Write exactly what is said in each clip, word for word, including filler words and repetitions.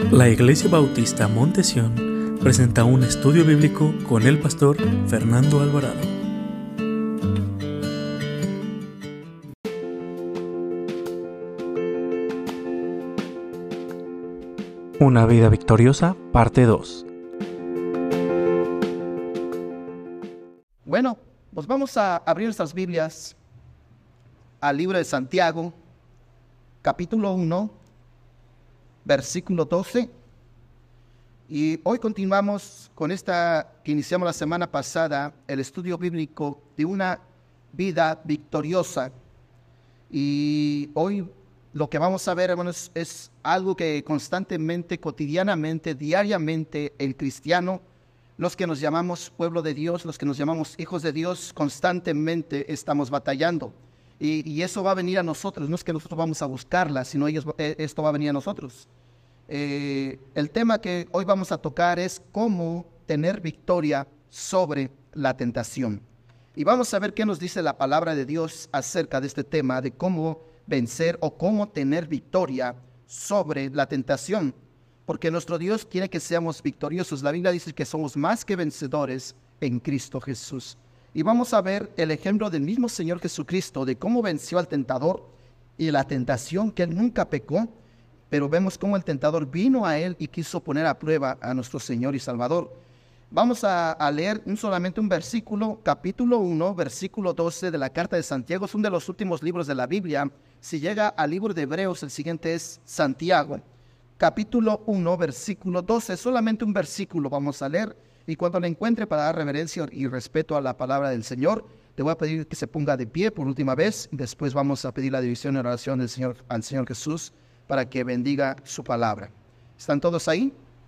La Iglesia Bautista Montesión presenta un estudio bíblico con el pastor Fernando Alvarado. Una vida victoriosa, parte dos. Bueno, pues vamos a abrir nuestras Biblias al libro de Santiago, capítulo uno, versículo doce. Y hoy continuamos con esta que iniciamos la semana pasada, el estudio bíblico de una vida victoriosa. Y hoy lo que vamos a ver, hermanos, es algo que constantemente, cotidianamente, diariamente, el cristiano, los que nos llamamos pueblo de Dios, los que nos llamamos hijos de Dios, constantemente estamos batallando. Y, y eso va a venir a nosotros, no es que nosotros vamos a buscarla, sino ellos, esto va a venir a nosotros. Eh, el tema que hoy vamos a tocar es cómo tener victoria sobre la tentación. Y vamos a ver qué nos dice la palabra de Dios acerca de este tema, de cómo vencer o cómo tener victoria sobre la tentación. Porque nuestro Dios quiere que seamos victoriosos. La Biblia dice que somos más que vencedores en Cristo Jesús. Y vamos a ver el ejemplo del mismo Señor Jesucristo, de cómo venció al tentador y la tentación, que Él nunca pecó, pero vemos cómo el tentador vino a Él y quiso poner a prueba a nuestro Señor y Salvador. Vamos a, a leer un, solamente un versículo, capítulo uno, versículo doce de la carta de Santiago. Es uno de los últimos libros de la Biblia. Si llega al libro de Hebreos, el siguiente es Santiago. Capítulo uno, versículo doce, solamente un versículo vamos a leer, y cuando lo encuentre, para dar reverencia y respeto a la palabra del Señor, te voy a pedir que se ponga de pie por última vez, y después vamos a pedir la división en oración del Señor, al Señor Jesús, para que bendiga su palabra. ¿Están todos ahí?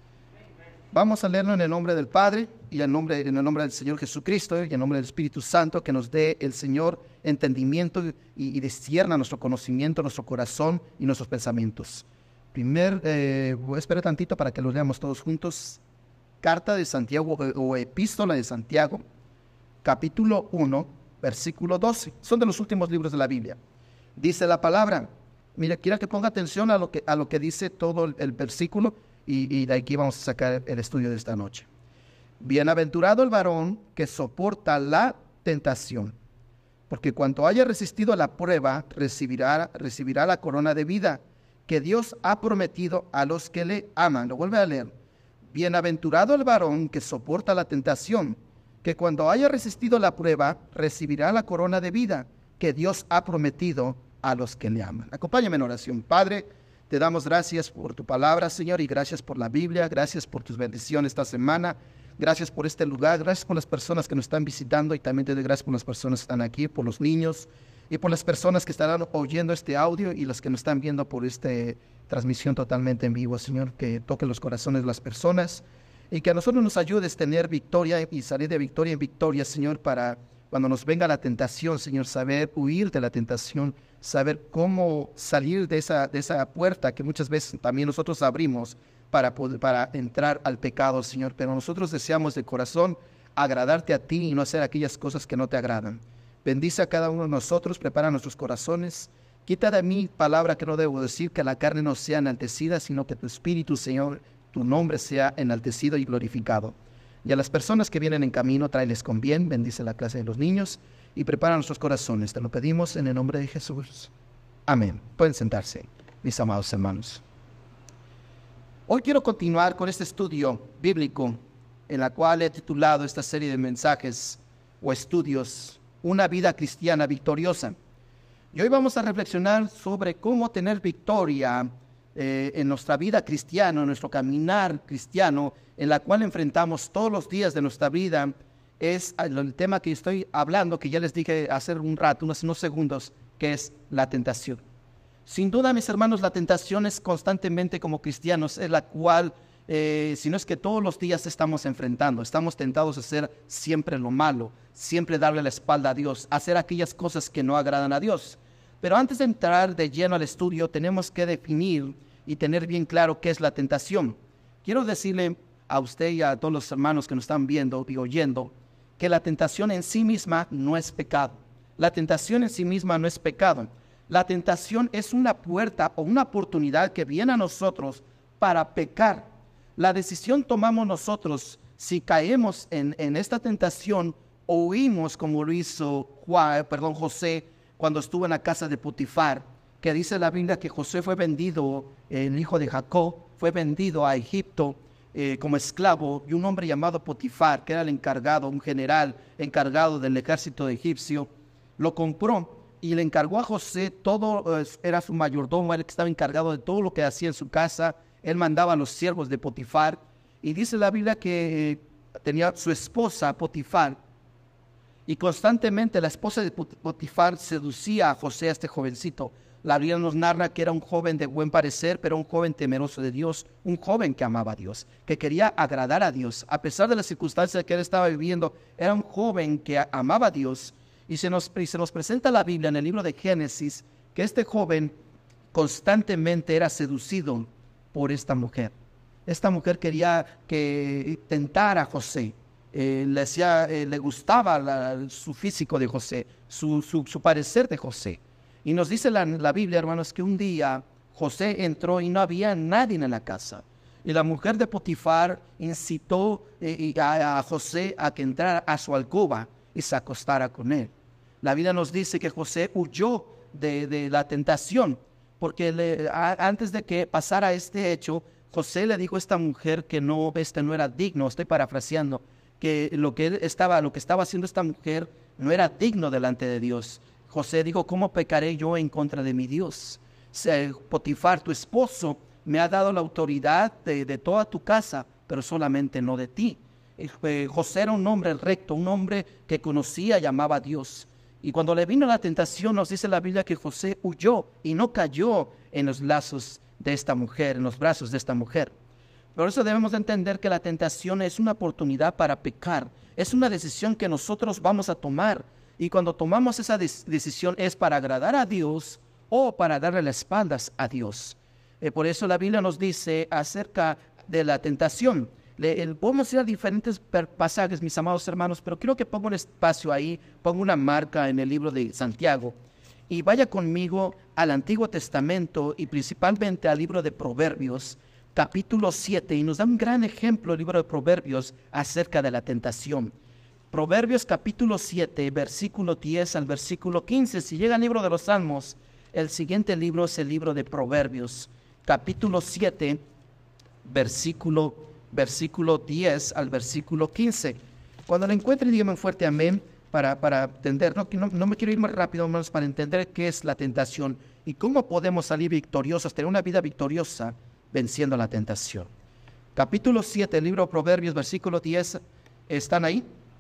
Vamos a leerlo en el nombre del Padre, y en el nombre, en el nombre del Señor Jesucristo, y en el nombre del Espíritu Santo, que nos dé el Señor entendimiento y, y discierna nuestro conocimiento, nuestro corazón y nuestros pensamientos. Primer, eh, voy a esperar tantito para que lo leamos todos juntos. Carta de Santiago o Epístola de Santiago, capítulo uno, versículo doce. Son de los últimos libros de la Biblia. Dice la palabra. Mira, quiero que ponga atención a lo que, a lo que dice todo el, el versículo y, y de aquí vamos a sacar el estudio de esta noche. Bienaventurado el varón que soporta la tentación, porque cuanto haya resistido a la prueba, recibirá, recibirá la corona de vida que Dios ha prometido a los que le aman. Lo vuelve a leer. Bienaventurado el varón que soporta la tentación, que cuando haya resistido la prueba, recibirá la corona de vida que Dios ha prometido a los que le aman. Acompáñame en oración. Padre, te damos gracias por tu palabra, Señor, y gracias por la Biblia, gracias por tus bendiciones esta semana, gracias por este lugar, gracias por las personas que nos están visitando y también te doy gracias por las personas que están aquí, por los niños, y por las personas que estarán oyendo este audio y las que nos están viendo por esta transmisión totalmente en vivo, Señor, que toque los corazones de las personas y que a nosotros nos ayudes a tener victoria y salir de victoria en victoria, Señor, para cuando nos venga la tentación, Señor, saber huir de la tentación, saber cómo salir de esa, de esa puerta que muchas veces también nosotros abrimos para, poder, para entrar al pecado, Señor, pero nosotros deseamos de corazón agradarte a ti y no hacer aquellas cosas que no te agradan. Bendice a cada uno de nosotros, prepara nuestros corazones. Quita de mí palabra que no debo decir, que la carne no sea enaltecida, sino que tu espíritu, Señor, tu nombre sea enaltecido y glorificado. Y a las personas que vienen en camino, tráeles con bien, bendice la clase de los niños y prepara nuestros corazones. Te lo pedimos en el nombre de Jesús. Amén. Pueden sentarse, mis amados hermanos. Hoy quiero continuar con este estudio bíblico, en la cual he titulado esta serie de mensajes o estudios, Una vida cristiana victoriosa. Y hoy vamos a reflexionar sobre cómo tener victoria eh, en nuestra vida cristiana, en nuestro caminar cristiano, en la cual enfrentamos todos los días de nuestra vida. Es el tema que estoy hablando, que ya les dije hace un rato, unos, unos segundos, que es la tentación. Sin duda, mis hermanos, la tentación es constantemente como cristianos, es la cual, eh, si no es que todos los días estamos enfrentando, estamos tentados a hacer siempre lo malo, siempre darle la espalda a Dios, hacer aquellas cosas que no agradan a Dios. Pero antes de entrar de lleno al estudio, tenemos que definir y tener bien claro qué es la tentación. Quiero decirle a usted y a todos los hermanos que nos están viendo y oyendo, que la tentación en sí misma no es pecado. La tentación en sí misma no es pecado. La tentación es una puerta o una oportunidad que viene a nosotros para pecar. La decisión tomamos nosotros. Si caemos en, en esta tentación, o huimos como lo hizo Juan, perdón, José cuando estuvo en la casa de Potifar, que dice la Biblia que José fue vendido, el hijo de Jacob, fue vendido a Egipto eh, como esclavo, y un hombre llamado Potifar, que era el encargado, un general encargado del ejército egipcio, lo compró y le encargó a José todo, eh, era su mayordomo, él que estaba encargado de todo lo que hacía en su casa. Él mandaba a los siervos de Potifar, y dice la Biblia que eh, tenía su esposa Potifar, y constantemente la esposa de Potifar seducía a José, a este jovencito. La Biblia nos narra que era un joven de buen parecer, pero un joven temeroso de Dios, un joven que amaba a Dios, que quería agradar a Dios. A pesar de las circunstancias que él estaba viviendo, era un joven que amaba a Dios. Y se nos, y se nos presenta la Biblia en el libro de Génesis, que este joven constantemente era seducido por esta mujer. Esta mujer quería que tentara a José. Eh, le, hacía, eh, le gustaba la, su físico de José, su, su, su parecer de José. Y nos dice la, la Biblia, hermanos, que un día José entró y no había nadie en la casa. Y la mujer de Potifar incitó eh, a, a José a que entrara a su alcoba y se acostara con él. La Biblia nos dice que José huyó de, de la tentación, porque le, a, antes de que pasara este hecho, José le dijo a esta mujer que no, este no era digno, estoy parafraseando, que lo que él estaba, lo que estaba haciendo esta mujer no era digno delante de Dios. José dijo, ¿cómo pecaré yo en contra de mi Dios? Potifar, tu esposo, me ha dado la autoridad de, de toda tu casa, pero solamente no de ti. Eh, José era un hombre recto, un hombre que conocía y amaba a Dios. Y cuando le vino la tentación, nos dice la Biblia que José huyó y no cayó en los lazos de esta mujer, en los brazos de esta mujer. Por eso debemos de entender que la tentación es una oportunidad para pecar. Es una decisión que nosotros vamos a tomar. Y cuando tomamos esa de- decisión es para agradar a Dios o para darle las espaldas a Dios. Eh, por eso la Biblia nos dice acerca de la tentación. Le, el, podemos ir a diferentes pasajes, mis amados hermanos, pero quiero que ponga un espacio ahí, ponga una marca en el libro de Santiago. Y vaya conmigo al Antiguo Testamento y principalmente al libro de Proverbios, capítulo siete, y nos da un gran ejemplo el libro de Proverbios acerca de la tentación. Proverbios capítulo siete, versículo diez al versículo quince. Si llega al libro de los Salmos, el siguiente libro es el libro de Proverbios, capítulo siete, versículo, versículo diez al versículo quince. Cuando lo encuentren, díganme un fuerte amén para, para entender. No, no, no me quiero ir más rápido, hermanos, para entender qué es la tentación y cómo podemos salir victoriosos, tener una vida victoriosa venciendo la tentación. Capítulo siete, libro de Proverbios, versículo diez, ¿están ahí?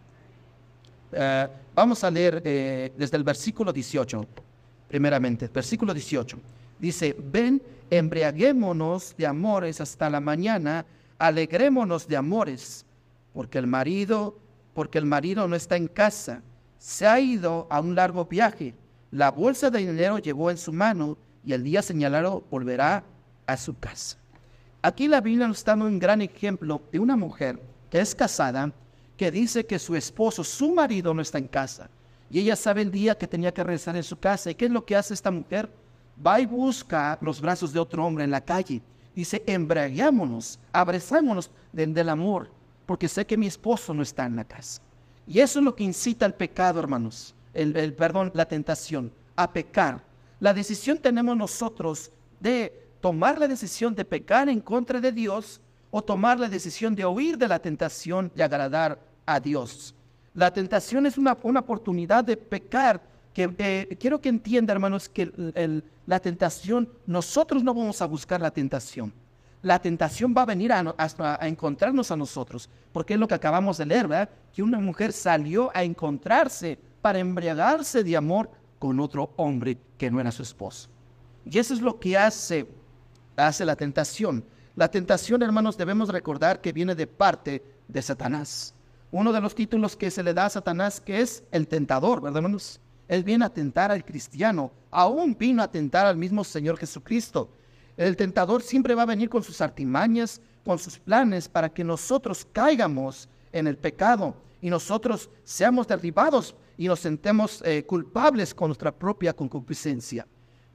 Uh, vamos a leer eh, desde el versículo dieciocho, primeramente, versículo dieciocho. Dice, ven, embriaguémonos de amores hasta la mañana, alegrémonos de amores, porque el marido, porque el marido no está en casa, se ha ido a un largo viaje, la bolsa de dinero llevó en su mano, y el día señalado volverá a su casa. Aquí la Biblia nos está dando un gran ejemplo de una mujer que es casada, que dice que su esposo, su marido no está en casa, y ella sabe el día que tenía que regresar en su casa. ¿Y qué es lo que hace esta mujer? Va y busca los brazos de otro hombre en la calle. Dice, embriaguémonos, abrazámonos del, del amor, porque sé que mi esposo no está en la casa. Y eso es lo que incita al pecado, hermanos, el, el perdón, la tentación, a pecar. La decisión tenemos nosotros de tomar la decisión de pecar en contra de Dios o tomar la decisión de huir de la tentación y agradar a Dios. La tentación es una, una oportunidad de pecar. Que, eh, quiero que entienda, hermanos, que el, el, la tentación, nosotros no vamos a buscar la tentación. La tentación va a venir a, a, a encontrarnos a nosotros, porque es lo que acabamos de leer, ¿verdad? Que una mujer salió a encontrarse para embriagarse de amor con otro hombre que no era su esposo. Y eso es lo que hace, hace la tentación. La tentación, hermanos, debemos recordar que viene de parte de Satanás. Uno de los títulos que se le da a Satanás, que es el tentador, ¿verdad, hermanos? Él viene a tentar al cristiano, aún vino a tentar al mismo Señor Jesucristo. El tentador siempre va a venir con sus artimañas, con sus planes, para que nosotros caigamos en el pecado y nosotros seamos derribados y nos sentemos eh, culpables con nuestra propia concupiscencia.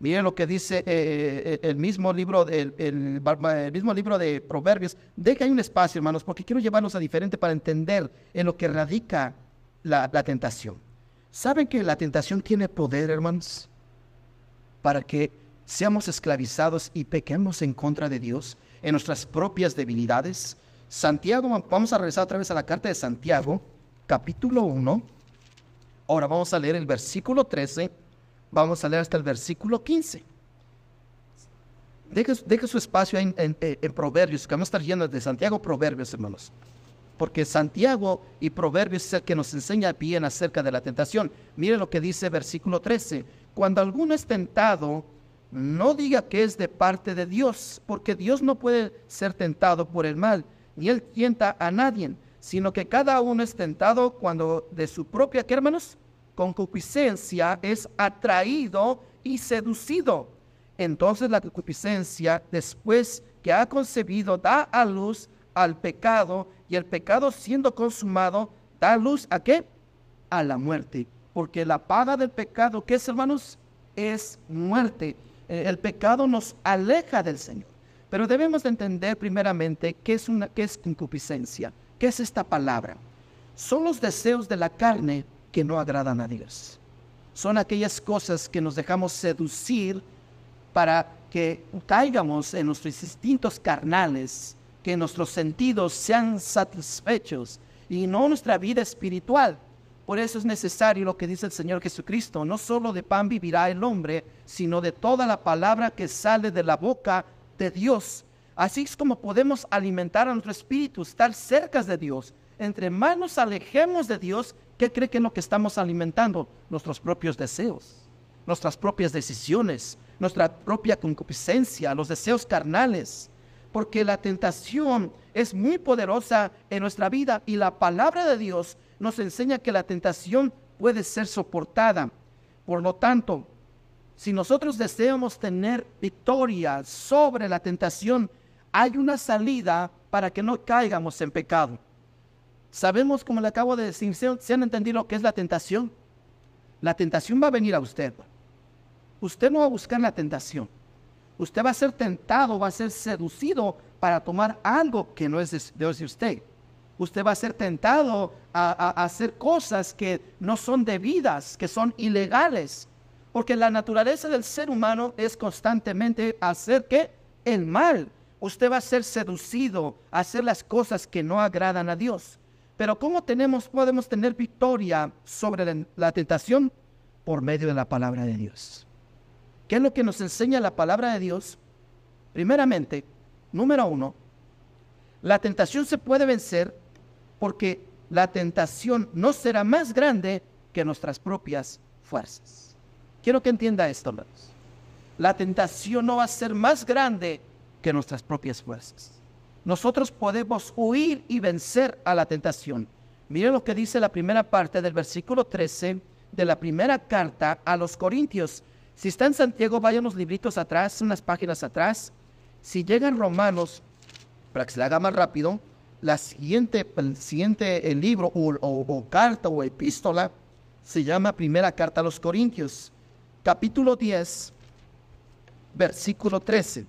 Miren lo que dice eh, el, mismo libro, el, el, el mismo libro de Proverbios. Deja ahí un espacio, hermanos, porque quiero llevarlos a diferente para entender en lo que radica la, la tentación. ¿Saben que la tentación tiene poder, hermanos, para que seamos esclavizados y pequemos en contra de Dios en nuestras propias debilidades? Santiago, vamos a regresar otra vez a la carta de Santiago, capítulo uno. Ahora vamos a leer el versículo trece. Vamos a leer hasta el versículo quince. Deje, deje su espacio en, en, en Proverbios, que vamos a estar yendo de Santiago Proverbios, hermanos. Porque Santiago y Proverbios es el que nos enseña bien acerca de la tentación. Mire lo que dice versículo trece. Cuando alguno es tentado, no diga que es de parte de Dios, porque Dios no puede ser tentado por el mal, ni Él tienta a nadie, sino que cada uno es tentado cuando de su propia, ¿qué, hermanos? Concupiscencia es atraído y seducido. Entonces la concupiscencia, después que ha concebido, da a luz al pecado, y el pecado, siendo consumado, da luz ¿a qué? A la muerte. Porque la paga del pecado, ¿qué es, hermanos? Es muerte. El pecado nos aleja del Señor. Pero debemos de entender primeramente qué es, una, qué es concupiscencia. ¿Qué es esta palabra? Son los deseos de la carne que no agradan a Dios. Son aquellas cosas que nos dejamos seducir para que caigamos en nuestros instintos carnales, que nuestros sentidos sean satisfechos y no nuestra vida espiritual. Por eso es necesario lo que dice el Señor Jesucristo: no solo de pan vivirá el hombre, sino de toda la palabra que sale de la boca de Dios. Así es como podemos alimentar a nuestro espíritu, estar cerca de Dios. Entre más nos alejemos de Dios, ¿qué cree que es lo que estamos alimentando? Nuestros propios deseos, nuestras propias decisiones, nuestra propia concupiscencia, los deseos carnales. Porque la tentación es muy poderosa en nuestra vida y la palabra de Dios nos enseña que la tentación puede ser soportada. Por lo tanto, si nosotros deseamos tener victoria sobre la tentación, hay una salida para que no caigamos en pecado. Sabemos, como le acabo de decir, ¿se han entendido lo que es la tentación? La tentación va a venir a usted. Usted no va a buscar la tentación. Usted va a ser tentado, va a ser seducido para tomar algo que no es de, de usted. Usted va a ser tentado a, a, a hacer cosas que no son debidas, que son ilegales. Porque la naturaleza del ser humano es constantemente hacer ¿qué? El mal. Usted va a ser seducido a hacer las cosas que no agradan a Dios. Pero ¿cómo tenemos, podemos tener victoria sobre la, la tentación? Por medio de la palabra de Dios. ¿Qué es lo que nos enseña la palabra de Dios? Primeramente, número uno, la tentación se puede vencer porque la tentación no será más grande que nuestras propias fuerzas. Quiero que entienda esto, hermanos. La tentación no va a ser más grande que nuestras propias fuerzas. Nosotros podemos huir y vencer a la tentación. Miren lo que dice la primera parte del versículo trece de la primera carta a los Corintios. Si está en Santiago, vayan los libritos atrás, unas páginas atrás. Si llegan Romanos, para que se le haga más rápido, la siguiente, el siguiente el libro o, o, o carta o epístola se llama Primera Carta a los Corintios, capítulo diez, versículo trece.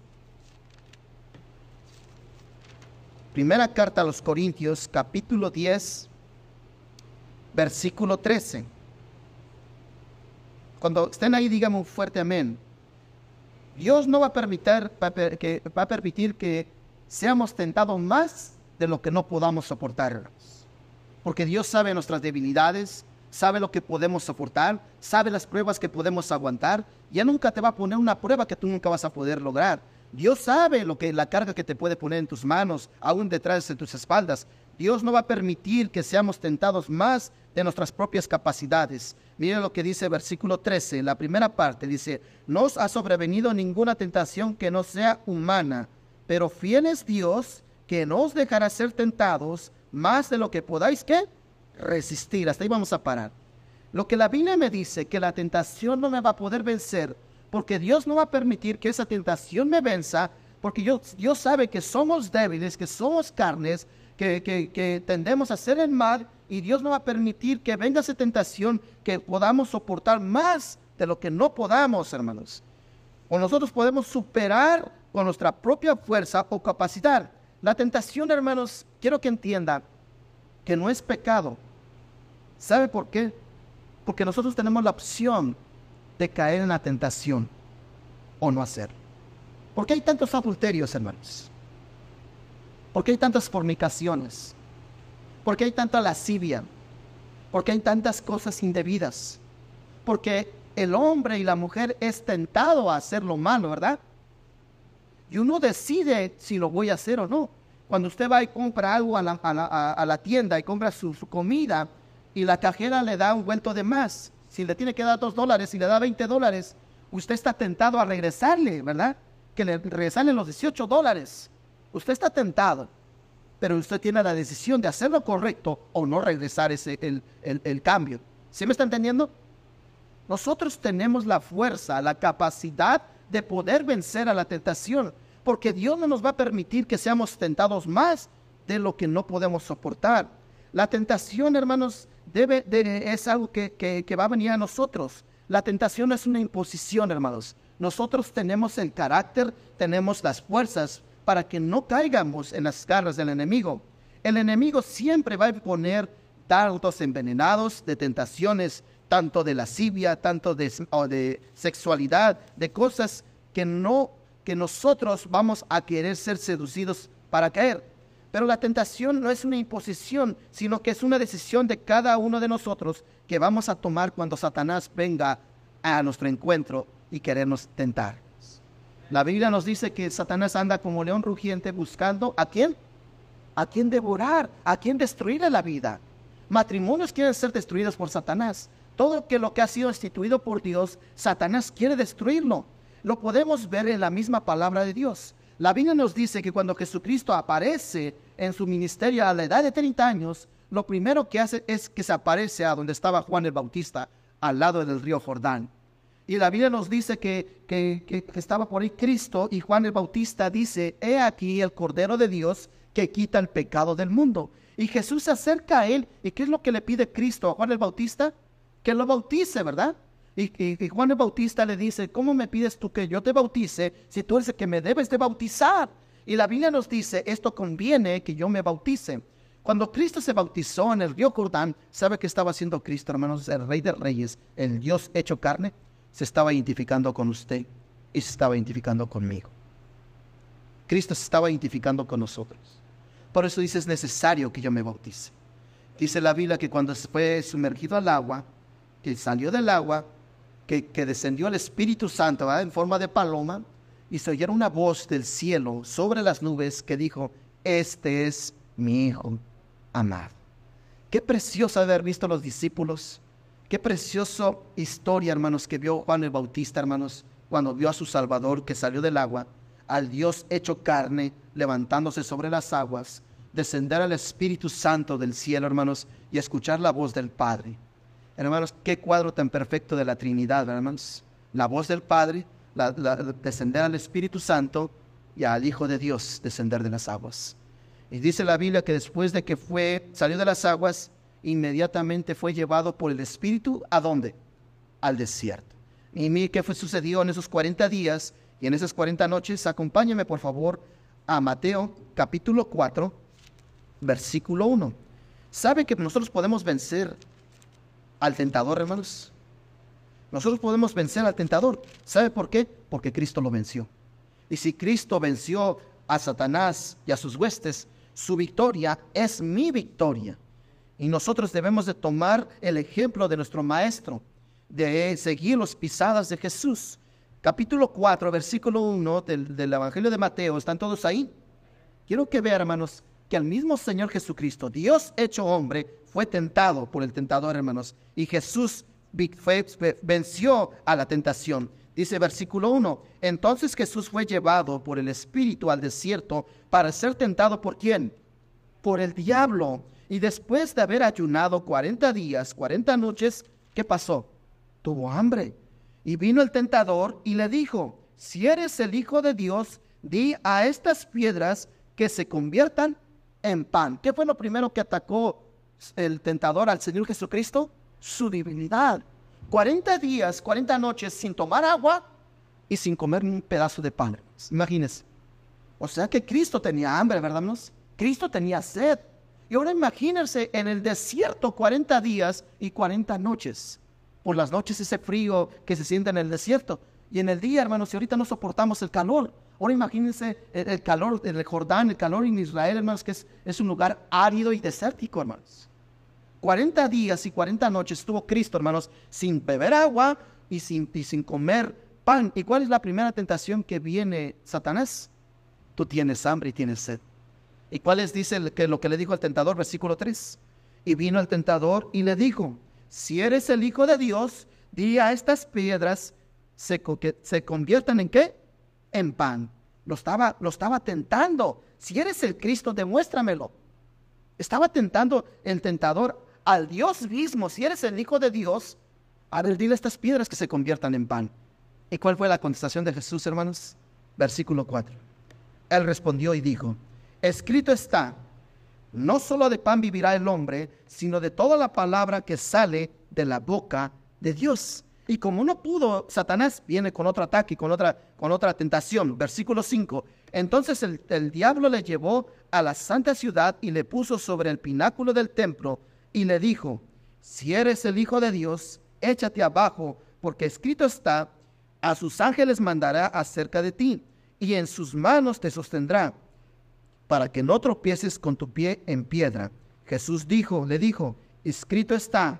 Primera Carta a los Corintios, capítulo diez, versículo trece. Cuando estén ahí, díganme un fuerte amén. Dios no va a permitir, va a, per, que, va a permitir que seamos tentados más de lo que no podamos soportar. Porque Dios sabe nuestras debilidades, sabe lo que podemos soportar, sabe las pruebas que podemos aguantar. Ya nunca te va a poner una prueba que tú nunca vas a poder lograr. Dios sabe lo que la carga que te puede poner en tus manos, aún detrás de tus espaldas. Dios no va a permitir que seamos tentados más de nuestras propias capacidades. Miren lo que dice el versículo trece, la primera parte, dice: no os ha sobrevenido ninguna tentación que no sea humana, pero fiel es Dios, que no os dejará ser tentados más de lo que podáis, ¿qué? Resistir. Hasta ahí vamos a parar. Lo que la Biblia me dice, que la tentación no me va a poder vencer, porque Dios no va a permitir que esa tentación me venza, porque Dios, Dios sabe que somos débiles, que somos carnes, que, que, que tendemos a hacer el mal, y Dios no va a permitir que venga esa tentación que podamos soportar más de lo que no podamos, hermanos. o nosotros podemos superar con nuestra propia fuerza o capacidad. La tentación, hermanos, quiero que entienda que no es pecado. ¿Sabe por qué? Porque nosotros tenemos la opción de caer en la tentación o no hacerlo. ¿Por qué hay tantos adulterios, hermanos? ¿Por qué hay tantas fornicaciones? ¿Por qué hay tanta lascivia? ¿Por qué hay tantas cosas indebidas? Porque el hombre y la mujer es tentado a hacer lo malo, ¿verdad? Y uno decide si lo voy a hacer o no. Cuando usted va y compra algo a la, a la, a la tienda y compra su, su comida y la cajera le da un vuelto de más, si le tiene que dar dos dólares y le da veinte dólares, usted está tentado a regresarle, ¿verdad? Que le regresarle los dieciocho dólares. Usted está tentado, pero usted tiene la decisión de hacer lo correcto o no regresar ese, el, el, el cambio. ¿Sí me está entendiendo? Nosotros tenemos la fuerza, la capacidad de poder vencer a la tentación, porque Dios no nos va a permitir que seamos tentados más de lo que no podemos soportar. La tentación, hermanos, debe de, es algo que, que, que va a venir a nosotros. La tentación no es una imposición, hermanos. Nosotros tenemos el carácter, tenemos las fuerzas para que no caigamos en las garras del enemigo. El enemigo siempre va a poner dardos envenenados de tentaciones, tanto de lascivia, tanto de, o de sexualidad, de cosas que, no, que nosotros vamos a querer ser seducidos para caer. Pero la tentación no es una imposición, sino que es una decisión de cada uno de nosotros que vamos a tomar cuando Satanás venga a nuestro encuentro y querernos tentar. La Biblia nos dice que Satanás anda como león rugiente buscando ¿a quién? A quién devorar, a quién destruirle la vida. Matrimonios quieren ser destruidos por Satanás. Todo lo que, lo que ha sido instituido por Dios, Satanás quiere destruirlo. Lo podemos ver en la misma palabra de Dios. La Biblia nos dice que cuando Jesucristo aparece en su ministerio a la edad de treinta años, lo primero que hace es que se aparece a donde estaba Juan el Bautista, al lado del río Jordán. Y la Biblia nos dice que, que, que, que estaba por ahí Cristo, y Juan el Bautista dice: he aquí el Cordero de Dios que quita el pecado del mundo. Y Jesús se acerca a él, ¿y qué es lo que le pide Cristo a Juan el Bautista? Que lo bautice, ¿verdad? Y, y, y Juan el Bautista le dice: ¿cómo me pides tú que yo te bautice si tú eres el que me debes de bautizar? Y la Biblia nos dice: esto conviene que yo me bautice. Cuando Cristo se bautizó en el río Jordán, ¿sabe qué estaba haciendo Cristo, hermanos? El Rey de Reyes, el Dios hecho carne, se estaba identificando con usted y se estaba identificando conmigo. Cristo se estaba identificando con nosotros. Por eso dice: es necesario que yo me bautice. Dice la Biblia que cuando fue sumergido al agua, que salió del agua, que, que descendió el Espíritu Santo, ¿verdad?, en forma de paloma, y se oyera una voz del cielo sobre las nubes que dijo: este es mi Hijo amado. Qué precioso haber visto a los discípulos. Qué preciosa historia, hermanos, que vio Juan el Bautista, hermanos, cuando vio a su Salvador que salió del agua, al Dios hecho carne, levantándose sobre las aguas, descender al Espíritu Santo del cielo, hermanos, y escuchar la voz del Padre. Hermanos, qué cuadro tan perfecto de la Trinidad, hermanos. La voz del Padre, la, la, descender al Espíritu Santo, y al Hijo de Dios descender de las aguas. Y dice la Biblia que después de que fue, salió de las aguas, inmediatamente fue llevado por el Espíritu, ¿a dónde? Al desierto. Y mire qué fue sucedió en esos cuarenta días y en esas cuarenta noches. Acompáñeme, por favor, a Mateo capítulo cuatro, versículo uno. ¿Sabe que nosotros podemos vencer al tentador, hermanos? Nosotros podemos vencer al tentador. ¿Sabe por qué? Porque Cristo lo venció. Y si Cristo venció a Satanás y a sus huestes, su victoria es mi victoria. Y nosotros debemos de tomar el ejemplo de nuestro Maestro, de seguir las pisadas de Jesús. Capítulo cuatro, versículo uno del, del Evangelio de Mateo. ¿Están todos ahí? Quiero que vean, hermanos, que el mismo Señor Jesucristo, Dios hecho hombre, fue tentado por el tentador, hermanos. Y Jesús fue, venció a la tentación. Dice versículo uno: entonces Jesús fue llevado por el Espíritu al desierto para ser tentado ¿por quién? Por el diablo. Y después de haber ayunado cuarenta días, cuarenta noches, ¿qué pasó? Tuvo hambre. Y vino el tentador y le dijo: si eres el Hijo de Dios, di a estas piedras que se conviertan en pan. ¿Qué fue lo primero que atacó el tentador al Señor Jesucristo? Su divinidad. cuarenta días, cuarenta noches sin tomar agua y sin comer un pedazo de pan. Imagínense. O sea que Cristo tenía hambre, ¿verdad, hermanos? Cristo tenía sed. Y ahora imagínense en el desierto cuarenta días y cuarenta noches. Por las noches ese frío que se siente en el desierto. Y en el día, hermanos, si ahorita no soportamos el calor. Ahora imagínense el, el calor en el Jordán, el calor en Israel, hermanos, que es, es un lugar árido y desértico, hermanos. cuarenta días y cuarenta noches estuvo Cristo, hermanos, sin beber agua y sin, y sin comer pan. ¿Y cuál es la primera tentación que viene Satanás? Tú tienes hambre y tienes sed. ¿Y cuál es, dice el, que, lo que le dijo al tentador? Versículo tres. Y vino el tentador y le dijo, si eres el Hijo de Dios, di a estas piedras se, que se conviertan en ¿qué? En pan. Lo estaba, lo estaba tentando. Si eres el Cristo, demuéstramelo. Estaba tentando el tentador al Dios mismo. Si eres el Hijo de Dios, a ver, dile a estas piedras que se conviertan en pan. ¿Y cuál fue la contestación de Jesús, hermanos? Versículo cuatro. Él respondió y dijo, escrito está, no solo de pan vivirá el hombre, sino de toda la palabra que sale de la boca de Dios. Y como no pudo, Satanás viene con otro ataque, con otra, con otra tentación. Versículo cinco. Entonces el, el diablo le llevó a la santa ciudad y le puso sobre el pináculo del templo y le dijo, si eres el Hijo de Dios, échate abajo, porque escrito está, a sus ángeles mandará acerca de ti, y en sus manos te sostendrá, para que no tropieces con tu pie en piedra. Jesús dijo, le dijo, escrito está,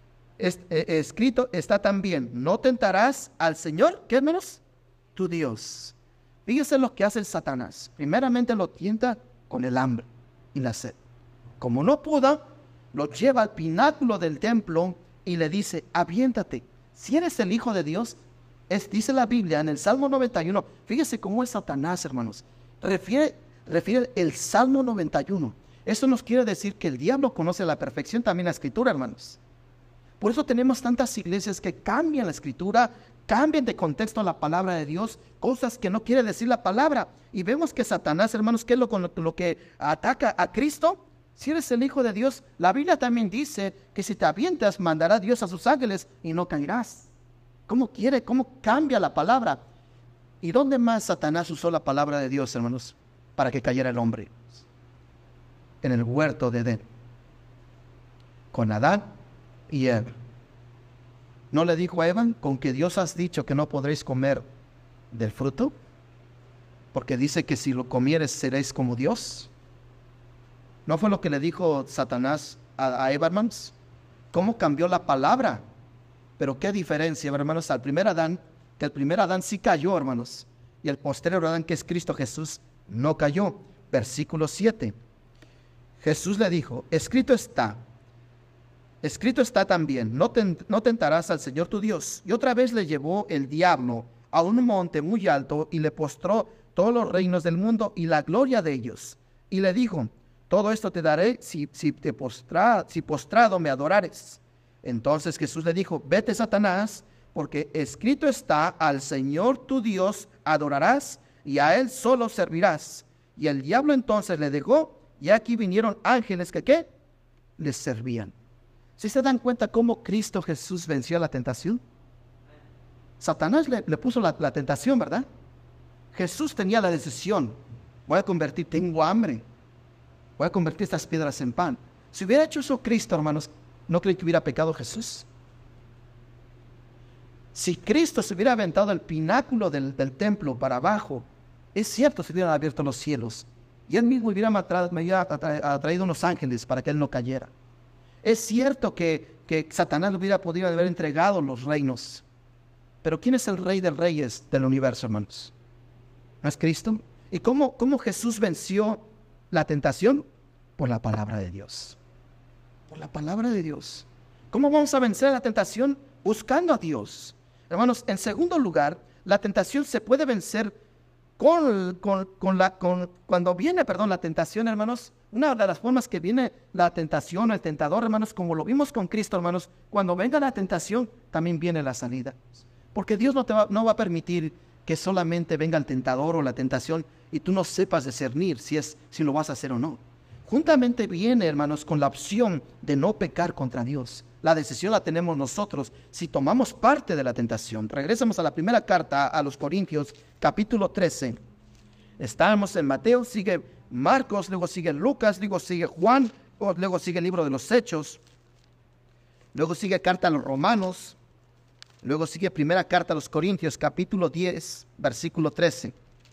es, eh, escrito está también, no tentarás al Señor, ¿qué menos? Tu Dios. Fíjese lo que hace el Satanás. Primeramente lo tienta con el hambre y la sed. Como no pudo, lo lleva al pináculo del templo y le dice, aviéntate. Si eres el Hijo de Dios, es, dice la Biblia en el Salmo noventa y uno. Fíjese cómo es Satanás, hermanos. Refiere, refiere el Salmo noventa y uno. Eso nos quiere decir que el diablo conoce a la perfección también la Escritura, hermanos. Por eso tenemos tantas iglesias que cambian la Escritura, cambian de contexto la palabra de Dios, cosas que no quiere decir la palabra. Y vemos que Satanás, hermanos, ¿qué es lo, lo, lo que ataca a Cristo? Si eres el Hijo de Dios, la Biblia también dice que si te avientas, mandará Dios a sus ángeles y no caerás. ¿Cómo quiere? ¿Cómo cambia la palabra? ¿Y dónde más Satanás usó la palabra de Dios, hermanos, para que cayera el hombre? En el huerto de Edén, con Adán y Eva. ¿No le dijo a Eva, con que Dios has dicho que no podréis comer del fruto? Porque dice que si lo comieres seréis como Dios. ¿No fue lo que le dijo Satanás a, a Eva, hermanos? ¿Cómo cambió la palabra? Pero qué diferencia, hermanos, al primer Adán, que el primer Adán sí cayó, hermanos, y el posterior Adán, que es Cristo Jesús, no cayó. Versículo siete. Jesús le dijo, escrito está, escrito está también, no, ten, no tentarás al Señor tu Dios. Y otra vez le llevó el diablo a un monte muy alto y le postró todos los reinos del mundo y la gloria de ellos. Y le dijo, todo esto te daré si, si, te postra, si postrado me adorares. Entonces Jesús le dijo, vete, Satanás, porque escrito está, al Señor tu Dios adorarás y a Él solo servirás. Y el diablo entonces le dejó, y aquí vinieron ángeles que ¿qué? Les servían. ¿Sí se dan cuenta cómo Cristo Jesús venció la tentación? Satanás le, le puso la, la tentación, ¿verdad? Jesús tenía la decisión, voy a convertir, tengo hambre, voy a convertir estas piedras en pan. Si hubiera hecho eso Cristo, hermanos, ¿no creen que hubiera pecado Jesús? Si Cristo se hubiera aventado el pináculo del, del templo para abajo, es cierto, se hubieran abierto los cielos. Y él mismo hubiera matado, me hubiera traído unos ángeles para que él no cayera. Es cierto que, que Satanás hubiera podido haber entregado los reinos. Pero ¿quién es el rey de reyes del universo, hermanos? ¿No es Cristo? ¿Y cómo, cómo Jesús venció la tentación? Por la palabra de Dios. Por la palabra de Dios. ¿Cómo vamos a vencer la tentación? Buscando a Dios. Hermanos, en segundo lugar, la tentación se puede vencer con, con, con la, con, cuando viene, perdón, la tentación, hermanos. Una de las formas que viene la tentación, el tentador, hermanos, como lo vimos con Cristo, hermanos, cuando venga la tentación, también viene la salida. Porque Dios no, te va, no va a permitir que solamente venga el tentador o la tentación y tú no sepas discernir si, es, si lo vas a hacer o no. juntamente viene, hermanos, con la opción de no pecar contra Dios. La decisión la tenemos nosotros si tomamos parte de la tentación. Regresamos a la primera carta a los Corintios, capítulo trece. Estamos en Mateo, sigue Marcos, luego sigue Lucas, luego sigue Juan, luego sigue el libro de los Hechos, luego sigue carta a los Romanos, luego sigue primera carta a los Corintios, capítulo diez, versículo trece.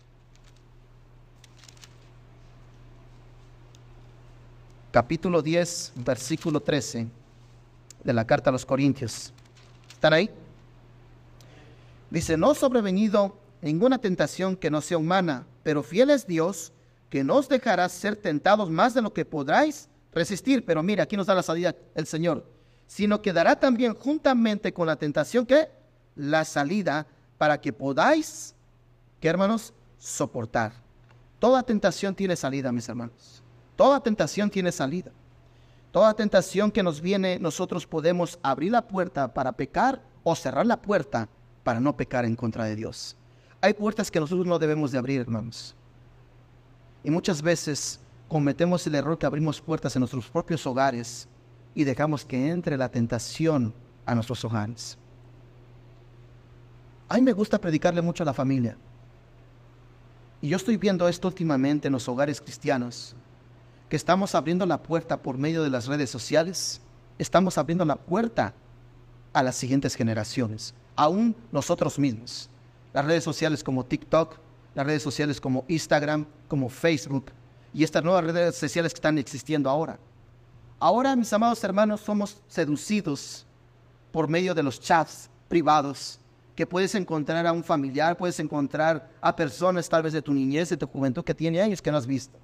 Capítulo diez, versículo trece de la carta a los Corintios. ¿Están ahí? Dice: no ha sobrevenido ninguna tentación que no sea humana, pero fiel es Dios, que no os dejará ser tentados más de lo que podráis resistir. Pero mira, aquí nos da la salida el Señor. Sino que dará también juntamente con la tentación, ¿qué? La salida, para que podáis, ¿qué, hermanos? Soportar. Toda tentación tiene salida, mis hermanos. Toda tentación tiene salida. Toda tentación que nos viene, nosotros podemos abrir la puerta para pecar o cerrar la puerta para no pecar en contra de Dios. Hay puertas que nosotros no debemos de abrir, hermanos. Y muchas veces cometemos el error que abrimos puertas en nuestros propios hogares y dejamos que entre la tentación a nuestros hogares. A mí me gusta predicarle mucho a la familia. Y yo estoy viendo esto últimamente en los hogares cristianos, que estamos abriendo la puerta por medio de las redes sociales. Estamos abriendo la puerta a las siguientes generaciones, aún nosotros mismos. Las redes sociales como TikTok, las redes sociales como Instagram, como Facebook, y estas nuevas redes sociales que están existiendo ahora. Ahora, mis amados hermanos, somos seducidos por medio de los chats privados, que puedes encontrar a un familiar, puedes encontrar a personas tal vez de tu niñez, de tu juventud, que tiene años que no has visto.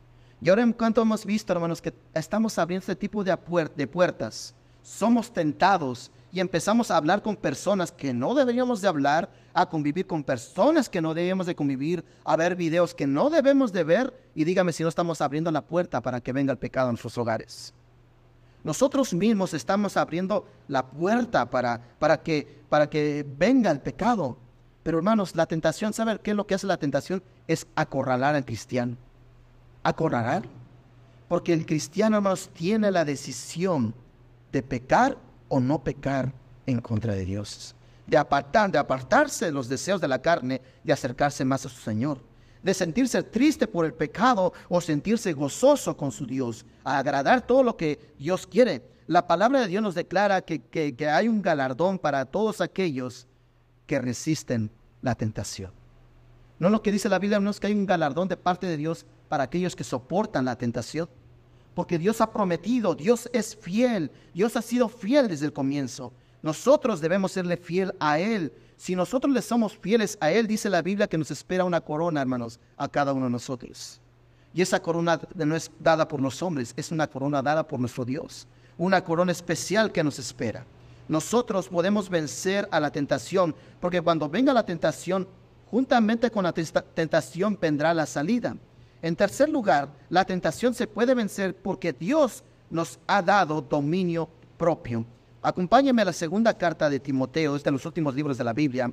Y ahora en cuanto hemos visto, hermanos, que estamos abriendo este tipo de, puer- de puertas, somos tentados y empezamos a hablar con personas que no deberíamos de hablar, a convivir con personas que no debemos de convivir, a ver videos que no debemos de ver, y dígame si no estamos abriendo la puerta para que venga el pecado a nuestros hogares. Nosotros mismos estamos abriendo la puerta para, para, que, para que venga el pecado. Pero hermanos, la tentación, ¿saben qué es lo que hace la tentación? Es acorralar al cristiano. Acorralar. Porque el cristiano, hermanos, tiene la decisión de pecar o no pecar en contra de Dios. De apartar, de apartarse de los deseos de la carne, de acercarse más a su Señor. De sentirse triste por el pecado o sentirse gozoso con su Dios, a agradar todo lo que Dios quiere. La palabra de Dios nos declara que, que, que hay un galardón para todos aquellos que resisten la tentación. ¿No es lo que dice la Biblia? No es que hay un galardón de parte de Dios para aquellos que soportan la tentación. Porque Dios ha prometido, Dios es fiel, Dios ha sido fiel desde el comienzo. Nosotros debemos serle fiel a Él. Si nosotros le somos fieles a Él, dice la Biblia que nos espera una corona, hermanos, a cada uno de nosotros. Y esa corona no es dada por los hombres, es una corona dada por nuestro Dios. Una corona especial que nos espera. Nosotros podemos vencer a la tentación, porque cuando venga la tentación, juntamente con la tentación vendrá la salida. En tercer lugar, la tentación se puede vencer porque Dios nos ha dado dominio propio. Acompáñenme a la segunda carta de Timoteo, es de los últimos libros de la Biblia.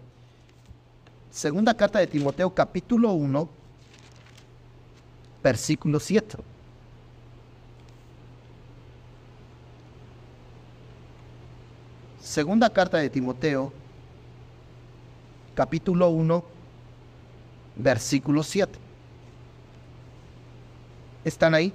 Segunda carta de Timoteo, capítulo uno, versículo siete. Segunda carta de Timoteo, capítulo uno, versículo siete. ¿Están ahí?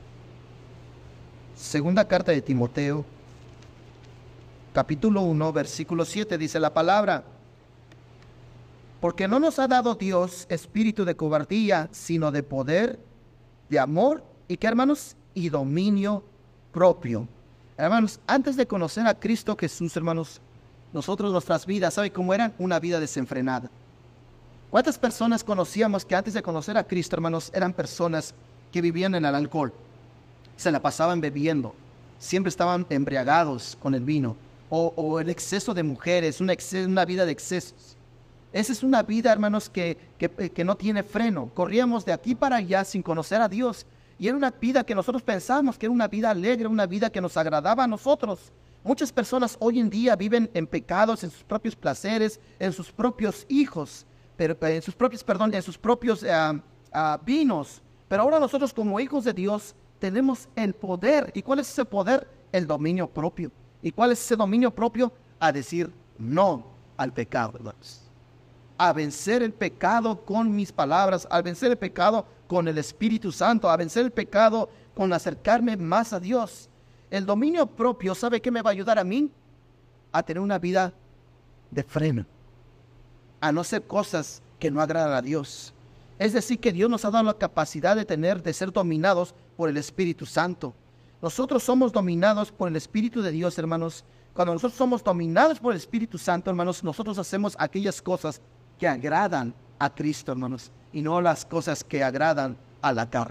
Segunda carta de Timoteo, capítulo uno, versículo siete, dice la palabra: porque no nos ha dado Dios espíritu de cobardía, sino de poder, de amor, y ¿qué, hermanos? Y dominio propio. Hermanos, antes de conocer a Cristo Jesús, hermanos, nosotros nuestras vidas, ¿sabe cómo eran? Una vida desenfrenada. ¿Cuántas personas conocíamos que antes de conocer a Cristo, hermanos, eran personas que vivían en el alcohol? Se la pasaban bebiendo, siempre estaban embriagados con el vino, o, o el exceso de mujeres, una, exceso, una vida de excesos. Esa es una vida, hermanos, que, que, que no tiene freno. Corríamos de aquí para allá sin conocer a Dios. Y era una vida que nosotros pensábamos que era una vida alegre, una vida que nos agradaba a nosotros. Muchas personas hoy en día viven en pecados, en sus propios placeres, en sus propios hijos, pero en sus propios, perdón, en sus propios uh, uh, vinos. Pero ahora nosotros como hijos de Dios tenemos el poder. ¿Y cuál es ese poder? El dominio propio. ¿Y cuál es ese dominio propio? A decir no al pecado, hermanos. A vencer el pecado con mis palabras, a vencer el pecado con el Espíritu Santo, a vencer el pecado con acercarme más a Dios. El dominio propio, ¿sabe qué me va a ayudar a mí? A tener una vida de freno, a no hacer cosas que no agradan a Dios. Es decir, que Dios nos ha dado la capacidad de tener, de ser dominados por el Espíritu Santo. Nosotros somos dominados por el Espíritu de Dios, hermanos. Cuando nosotros somos dominados por el Espíritu Santo, hermanos, nosotros hacemos aquellas cosas que agradan a Cristo, hermanos, y no las cosas que agradan a la carne.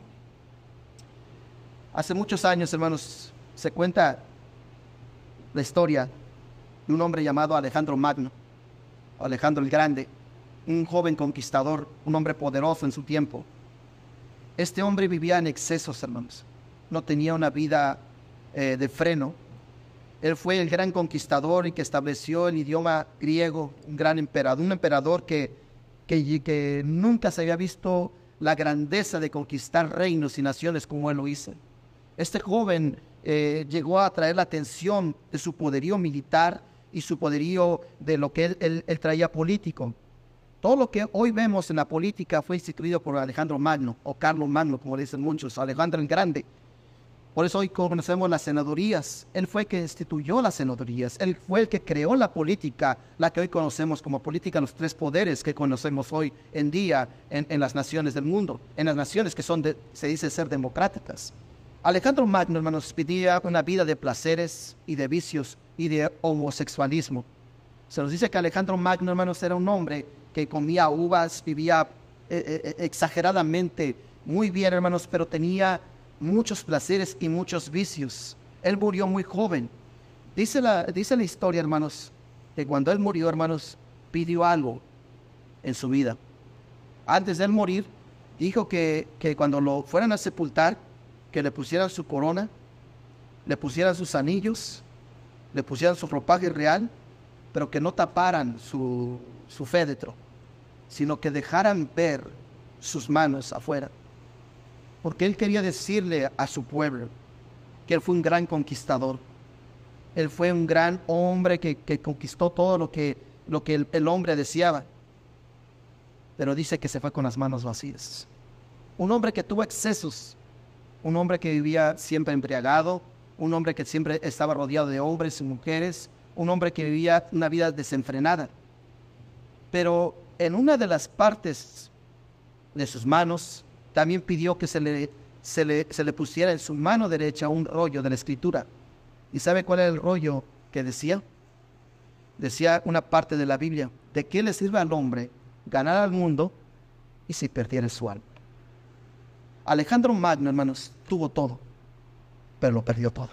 Hace muchos años, hermanos, se cuenta la historia de un hombre llamado Alejandro Magno, Alejandro el Grande, un joven conquistador, un hombre poderoso en su tiempo. Este hombre vivía en excesos, hermanos. No tenía una vida eh, de freno. Él fue el gran conquistador y que estableció el idioma griego, un gran emperador, un emperador que, que, que nunca se había visto la grandeza de conquistar reinos y naciones como él lo hizo. Este joven eh, llegó a atraer la atención de su poderío militar y su poderío de lo que él, él, él traía político. Todo lo que hoy vemos en la política fue instituido por Alejandro Magno, o Carlos Magno, como dicen muchos, Alejandro el Grande. Por eso hoy conocemos las senadurías. Él fue el que instituyó las senadurías. Él fue el que creó la política, la que hoy conocemos como política, los tres poderes que conocemos hoy en día en, en las naciones del mundo, en las naciones que son de, se dice ser democráticas. Alejandro Magno, hermanos, vivía una vida de placeres y de vicios y de homosexualismo. Se nos dice que Alejandro Magno, hermanos, era un hombre que comía uvas, vivía eh, eh, exageradamente muy bien, hermanos, pero tenía muchos placeres y muchos vicios. Él murió muy joven. Dice la, dice la historia, hermanos, que cuando él murió, hermanos, pidió algo en su vida. Antes de él morir, dijo que, que cuando lo fueran a sepultar, que le pusieran su corona, le pusieran sus anillos, le pusieran su ropaje real, pero que no taparan su, su féretro, sino que dejaran ver sus manos afuera. Porque él quería decirle a su pueblo que él fue un gran conquistador. Él fue un gran hombre que, que conquistó todo lo que, lo que el, el hombre deseaba. Pero dice que se fue con las manos vacías. Un hombre que tuvo excesos. Un hombre que vivía siempre embriagado. Un hombre que siempre estaba rodeado de hombres y mujeres. Un hombre que vivía una vida desenfrenada. Pero en una de las partes de sus manos también pidió que se le, se, le, se le pusiera en su mano derecha un rollo de la Escritura. ¿Y sabe cuál era el rollo que decía? Decía una parte de la Biblia: ¿de qué le sirve al hombre ganar al mundo y si perdiera su alma? Alejandro Magno, hermanos, tuvo todo, pero lo perdió todo.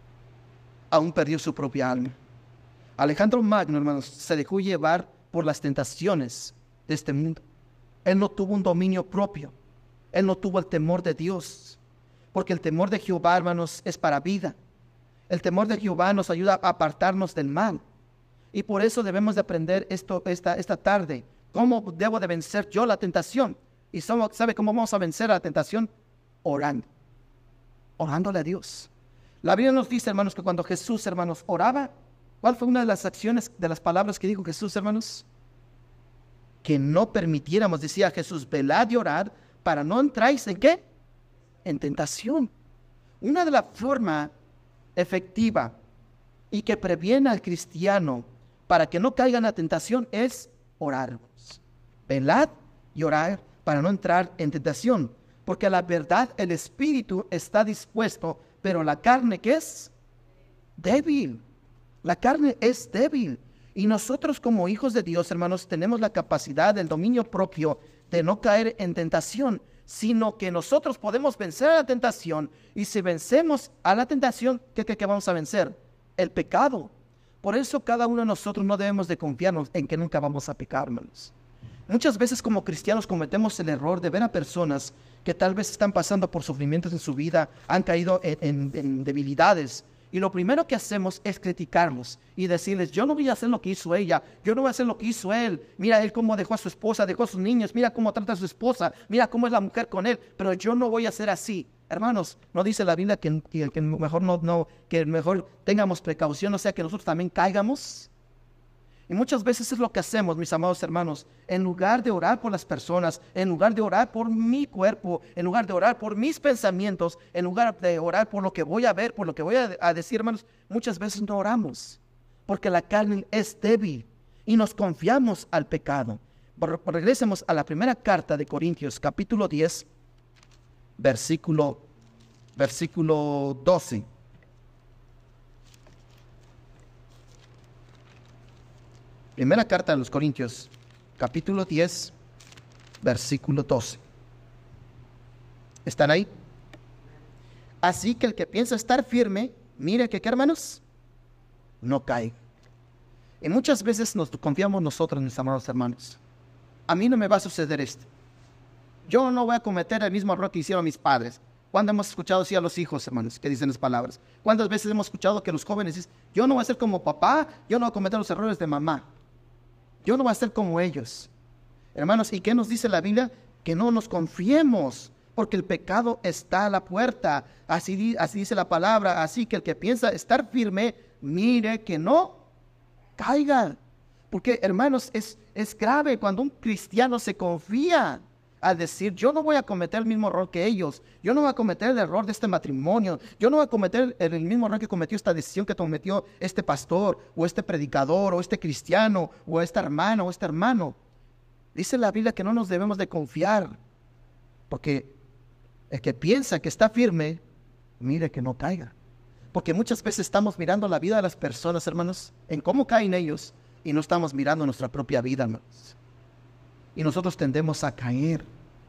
Aún perdió su propia alma. Alejandro Magno, hermanos, se dejó llevar por las tentaciones de este mundo. Él no tuvo un dominio propio. Él no tuvo el temor de Dios, porque el temor de Jehová, hermanos, es para vida. El temor de Jehová nos ayuda a apartarnos del mal. Y por eso debemos de aprender esto esta, esta tarde. ¿Cómo debo de vencer yo la tentación? ¿Y sabe cómo vamos a vencer la tentación? Orando. Orándole a Dios. La Biblia nos dice, hermanos, que cuando Jesús, hermanos, oraba, ¿cuál fue una de las acciones, de las palabras que dijo Jesús, hermanos? Que no permitiéramos, decía Jesús, velad y orad, para no entráis en ¿qué? En tentación. Una de las formas efectiva y que previene al cristiano para que no caiga en la tentación es orar. Velad y orar para no entrar en tentación. Porque a la verdad el espíritu está dispuesto, pero la carne, ¿qué es? Débil. La carne es débil. Y nosotros como hijos de Dios, hermanos, tenemos la capacidad del dominio propio de no caer en tentación, sino que nosotros podemos vencer a la tentación. Y si vencemos a la tentación, ¿qué, qué, qué vamos a vencer? El pecado. Por eso cada uno de nosotros no debemos de confiarnos en que nunca vamos a pecar, hermanos. Muchas veces como cristianos cometemos el error de ver a personas que tal vez están pasando por sufrimientos en su vida, han caído en, en, en debilidades, Y lo primero que hacemos es criticarnos y decirles, yo no voy a hacer lo que hizo ella, yo no voy a hacer lo que hizo él. Mira él cómo dejó a su esposa, dejó a sus niños, mira cómo trata a su esposa, mira cómo es la mujer con él, pero yo no voy a ser así. Hermanos, no dice la Biblia que, que, que mejor no, no, que mejor tengamos precaución, o sea que nosotros también caigamos. Y muchas veces es lo que hacemos, mis amados hermanos. En lugar de orar por las personas, en lugar de orar por mi cuerpo, en lugar de orar por mis pensamientos, en lugar de orar por lo que voy a ver, por lo que voy a, a decir, hermanos, muchas veces no oramos. Porque la carne es débil y nos confiamos al pecado. Pero regresemos a la primera carta de Corintios, capítulo diez, versículo, versículo doce. Primera carta de los Corintios, capítulo diez, versículo doce. ¿Están ahí? Así que el que piensa estar firme, mire que, ¿qué, hermanos? No cae. Y muchas veces nos confiamos nosotros, mis amados hermanos. A mí no me va a suceder esto. Yo no voy a cometer el mismo error que hicieron mis padres. ¿Cuándo hemos escuchado así a los hijos, hermanos, que dicen las palabras? ¿Cuántas veces hemos escuchado que los jóvenes dicen, yo no voy a ser como papá, yo no voy a cometer los errores de mamá? Yo no voy a ser como ellos. Hermanos, ¿y qué nos dice la Biblia? Que no nos confiemos, porque el pecado está a la puerta. Así, así dice la palabra. Así que el que piensa estar firme, mire que no caiga. Porque, hermanos, es, es grave cuando un cristiano se confía al decir, yo no voy a cometer el mismo error que ellos. Yo no voy a cometer el error de este matrimonio. Yo no voy a cometer el, el mismo error que cometió esta decisión que cometió este pastor, o este predicador, o este cristiano, o esta hermana, o este hermano. Dice la Biblia que no nos debemos de confiar, porque el que piensa que está firme, mire que no caiga. Porque muchas veces estamos mirando la vida de las personas, hermanos, en cómo caen ellos, y no estamos mirando nuestra propia vida, hermanos. Y nosotros tendemos a caer.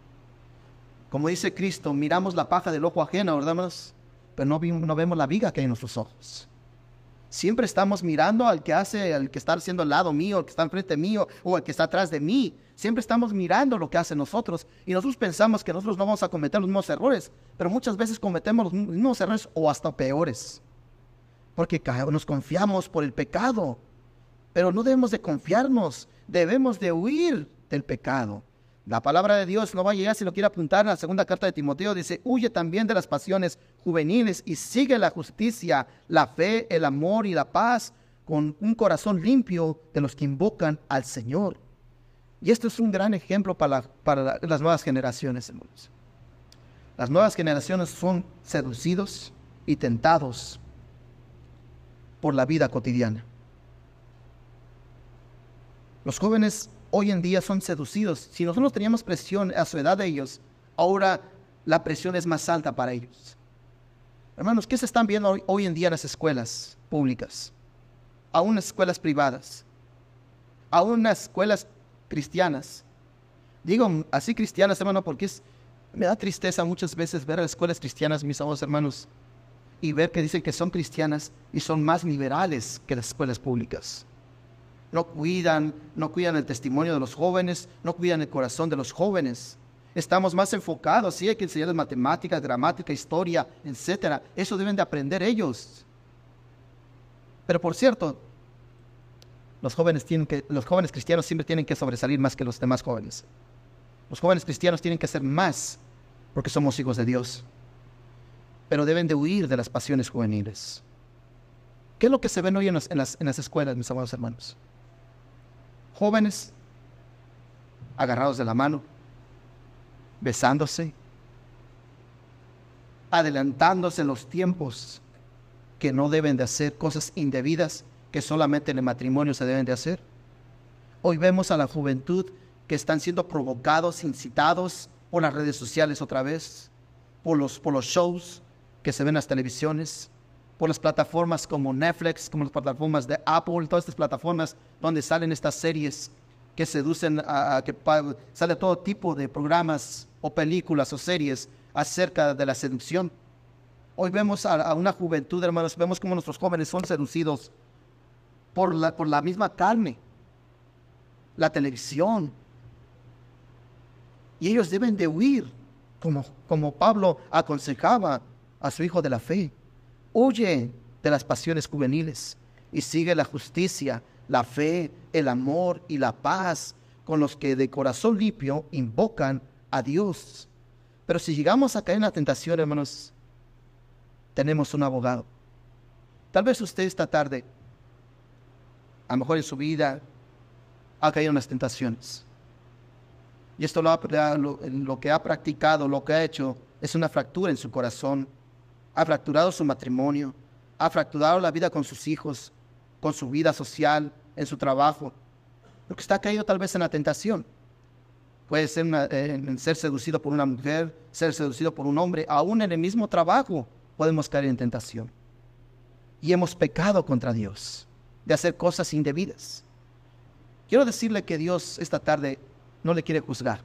Como dice Cristo, miramos la paja del ojo ajeno, ¿verdad, hermanos? Pero no, no vemos la viga que hay en nuestros ojos. Siempre estamos mirando al que hace, al que está haciendo al lado mío, al que está enfrente mío, o al que está atrás de mí. Siempre estamos mirando lo que hacen nosotros. Y nosotros pensamos que nosotros no vamos a cometer los mismos errores. Pero muchas veces cometemos los mismos errores o hasta peores. Porque nos confiamos por el pecado. Pero no debemos de confiarnos. Debemos de huir del pecado. La palabra de Dios no va a llegar, si lo quiere apuntar, en la segunda carta de Timoteo, dice, huye también de las pasiones juveniles y sigue la justicia, la fe, el amor y la paz con un corazón limpio de los que invocan al Señor. Y esto es un gran ejemplo para, la, para la, las nuevas generaciones, hermanos. Las nuevas generaciones son seducidos y tentados por la vida cotidiana. Los jóvenes hoy en día son seducidos. Si nosotros teníamos presión a su edad de ellos, ahora la presión es más alta para ellos. Hermanos, ¿qué se están viendo hoy, hoy en día en las escuelas públicas? Aún en las escuelas privadas, aún en las escuelas cristianas. Digo así cristianas, hermano, porque es, me da tristeza muchas veces ver a las escuelas cristianas, mis amados hermanos, y ver que dicen que son cristianas y son más liberales que las escuelas públicas. No cuidan, no cuidan el testimonio de los jóvenes, no cuidan el corazón de los jóvenes. Estamos más enfocados, sí, hay que enseñarles matemáticas, gramática, historia, etcétera. Eso deben de aprender ellos. Pero por cierto, los jóvenes tienen que, los jóvenes cristianos siempre tienen que sobresalir más que los demás jóvenes. Los jóvenes cristianos tienen que hacer más porque somos hijos de Dios. Pero deben de huir de las pasiones juveniles. ¿Qué es lo que se ven hoy en las, en las, en las escuelas, mis amados hermanos? Jóvenes agarrados de la mano, besándose, adelantándose los tiempos, que no deben de hacer cosas indebidas que solamente en el matrimonio se deben de hacer. Hoy vemos a la juventud que están siendo provocados, incitados por las redes sociales otra vez, por los, por los shows que se ven en las televisiones, por las plataformas como Netflix, como las plataformas de Apple, todas estas plataformas donde salen estas series que seducen, a, a que pa, sale todo tipo de programas o películas o series acerca de la seducción. Hoy vemos a, a una juventud, hermanos, vemos como nuestros jóvenes son seducidos por la, por la misma carne, la televisión. Y ellos deben de huir, como, como Pablo aconsejaba a su hijo de la fe. Huye de las pasiones juveniles y sigue la justicia, la fe, el amor y la paz con los que de corazón limpio invocan a Dios. Pero si llegamos a caer en la tentación, hermanos, tenemos un abogado. Tal vez usted esta tarde, a lo mejor en su vida, ha caído en las tentaciones. Y esto lo, ha, lo, lo que ha practicado, lo que ha hecho, es una fractura en su corazón. Ha fracturado su matrimonio, ha fracturado la vida con sus hijos, con su vida social, en su trabajo. Porque está caído tal vez en la tentación. Puede ser una, eh, ser seducido por una mujer, ser seducido por un hombre. Aún en el mismo trabajo podemos caer en tentación. Y hemos pecado contra Dios de hacer cosas indebidas. Quiero decirle que Dios esta tarde no le quiere juzgar.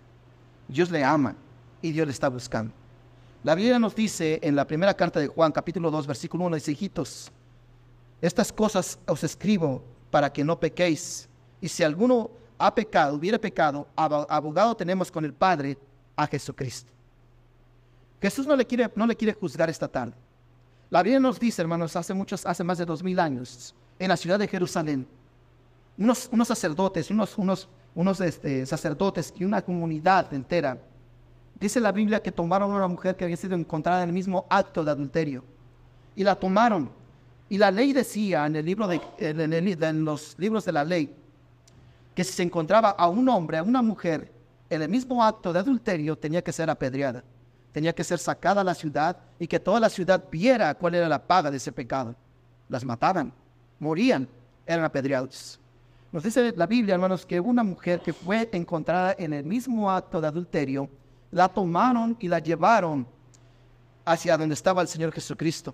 Dios le ama y Dios le está buscando. La Biblia nos dice en la primera carta de Juan, capítulo dos, versículo uno, dice: hijitos, estas cosas os escribo para que no pequéis. Y si alguno ha pecado, hubiera pecado, abogado tenemos con el Padre, a Jesucristo. Jesús no le quiere, no le quiere juzgar esta tarde. La Biblia nos dice, hermanos, hace muchos, hace más de dos mil años, en la ciudad de Jerusalén, unos, unos sacerdotes, unos, unos, unos este, sacerdotes y una comunidad entera, dice la Biblia que tomaron a una mujer que había sido encontrada en el mismo acto de adulterio y la tomaron. Y la ley decía en el libro de, en, el, en los libros de la ley, que si se encontraba a un hombre, a una mujer, en el mismo acto de adulterio, tenía que ser apedreada, tenía que ser sacada a la ciudad y que toda la ciudad viera cuál era la paga de ese pecado. Las mataban, morían, eran apedreados. Nos dice la Biblia, hermanos, que una mujer que fue encontrada en el mismo acto de adulterio, la tomaron y la llevaron hacia donde estaba el Señor Jesucristo.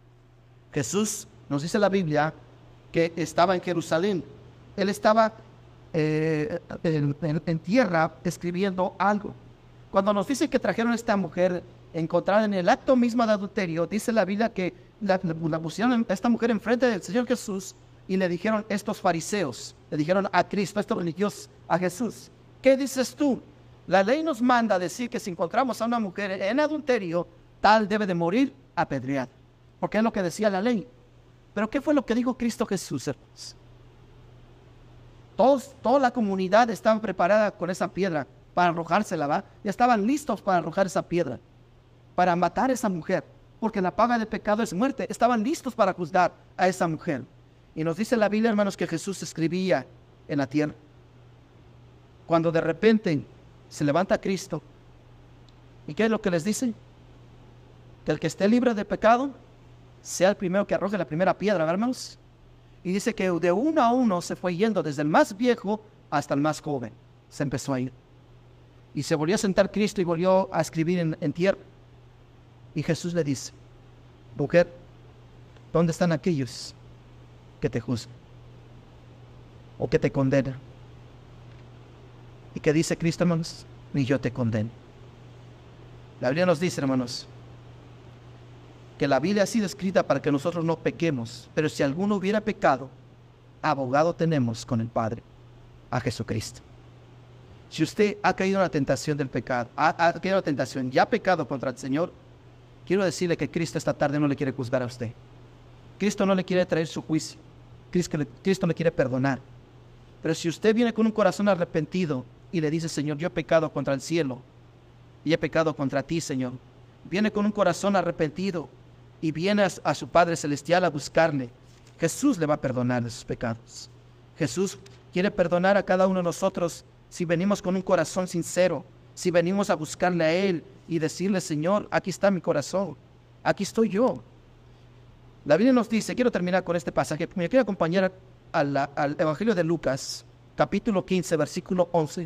Jesús, nos dice la Biblia, que estaba en Jerusalén. Él estaba eh, en, en, en tierra escribiendo algo. Cuando nos dice que trajeron a esta mujer encontrada en el acto mismo de adulterio, dice la Biblia que la, la pusieron a esta mujer enfrente del Señor Jesús y le dijeron estos fariseos, le dijeron a Cristo, estos religiosos, a Jesús: ¿qué dices tú? La ley nos manda a decir que si encontramos a una mujer en adulterio, tal debe de morir apedreada, porque es lo que decía la ley. Pero ¿qué fue lo que dijo Cristo Jesús, hermanos? Todos, toda la comunidad estaba preparada con esa piedra para arrojársela, ¿va? Ya estaban listos para arrojar esa piedra, para matar a esa mujer, porque la paga del pecado es muerte. Estaban listos para juzgar a esa mujer. Y nos dice la Biblia, hermanos, que Jesús escribía en la tierra. Cuando de repente se levanta Cristo, ¿y qué es lo que les dice? Que el que esté libre de pecado sea el primero que arroje la primera piedra, ¿verdad, hermanos? Y dice que de uno a uno se fue yendo, desde el más viejo hasta el más joven. Se empezó a ir. Y se volvió a sentar Cristo y volvió a escribir en, en tierra. Y Jesús le dice: mujer, ¿dónde están aquellos que te juzgan o que te condenan? ¿Y qué dice Cristo, hermanos? Ni yo te condeno. La Biblia nos dice, hermanos, que la Biblia ha sido escrita para que nosotros no pequemos, pero si alguno hubiera pecado, abogado tenemos con el Padre, a Jesucristo. Si usted ha caído en la tentación del pecado, ha, ha caído en la tentación y ha pecado contra el Señor, quiero decirle que Cristo esta tarde no le quiere juzgar a usted. Cristo no le quiere traer su juicio. Cristo le, Cristo le quiere perdonar. Pero si usted viene con un corazón arrepentido y le dice: Señor, yo he pecado contra el cielo y he pecado contra ti, Señor. Viene con un corazón arrepentido y viene a, a su Padre Celestial a buscarle. Jesús le va a perdonar de sus pecados. Jesús quiere perdonar a cada uno de nosotros si venimos con un corazón sincero, si venimos a buscarle a Él y decirle: Señor, aquí está mi corazón, aquí estoy yo. La Biblia nos dice, quiero terminar con este pasaje, me quiero acompañar a la, al Evangelio de Lucas, capítulo quince, versículo once.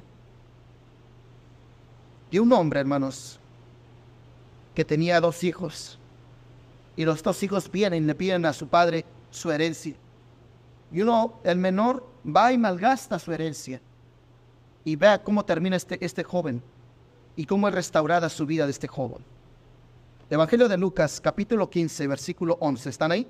De un hombre, hermanos, que tenía dos hijos, y los dos hijos vienen y le piden a su padre su herencia. Y uno, el menor, va y malgasta su herencia. Y vea cómo termina este, este joven y cómo es restaurada su vida de este joven. Evangelio de Lucas, capítulo quince, versículo once. ¿Están ahí?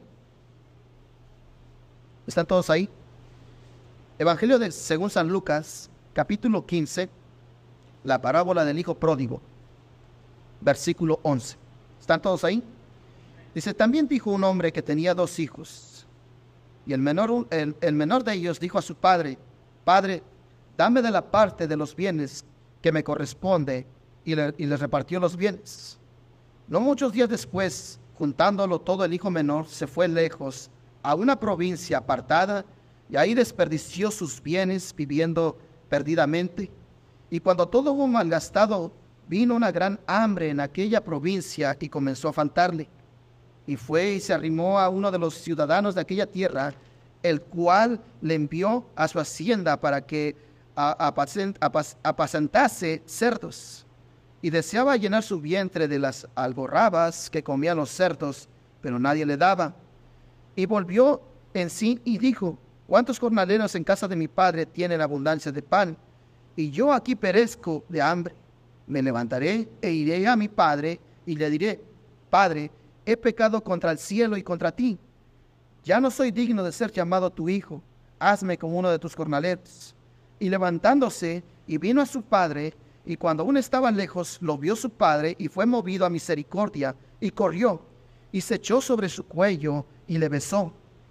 ¿Están todos ahí? Evangelio de según San Lucas, capítulo quince, la parábola del hijo pródigo, versículo once. ¿Están todos ahí? Dice, también dijo un hombre que tenía dos hijos. Y el menor, el, el menor de ellos dijo a su padre, Padre, dame de la parte de los bienes que me corresponde. Y le, y le repartió los bienes. No muchos días después, juntándolo todo, el hijo menor se fue lejos a una provincia apartada y ahí desperdició sus bienes viviendo perdidamente. Y cuando todo hubo malgastado, vino una gran hambre en aquella provincia y comenzó a faltarle. Y fue y se arrimó a uno de los ciudadanos de aquella tierra, el cual le envió a su hacienda para que apacent, apac, apacentase cerdos. Y deseaba llenar su vientre de las algarrobas que comían los cerdos, pero nadie le daba. Y volvió en sí y dijo, ¿cuántos jornaleros en casa de mi padre tienen abundancia de pan? Y yo aquí perezco de hambre. Me levantaré e iré a mi padre y le diré, Padre, he pecado contra el cielo y contra ti. Ya no soy digno de ser llamado tu hijo. Hazme como uno de tus jornaleros. Y levantándose, y vino a su padre, y cuando aún estaba lejos, lo vio su padre, y fue movido a misericordia, y corrió, y se echó sobre su cuello, y le besó.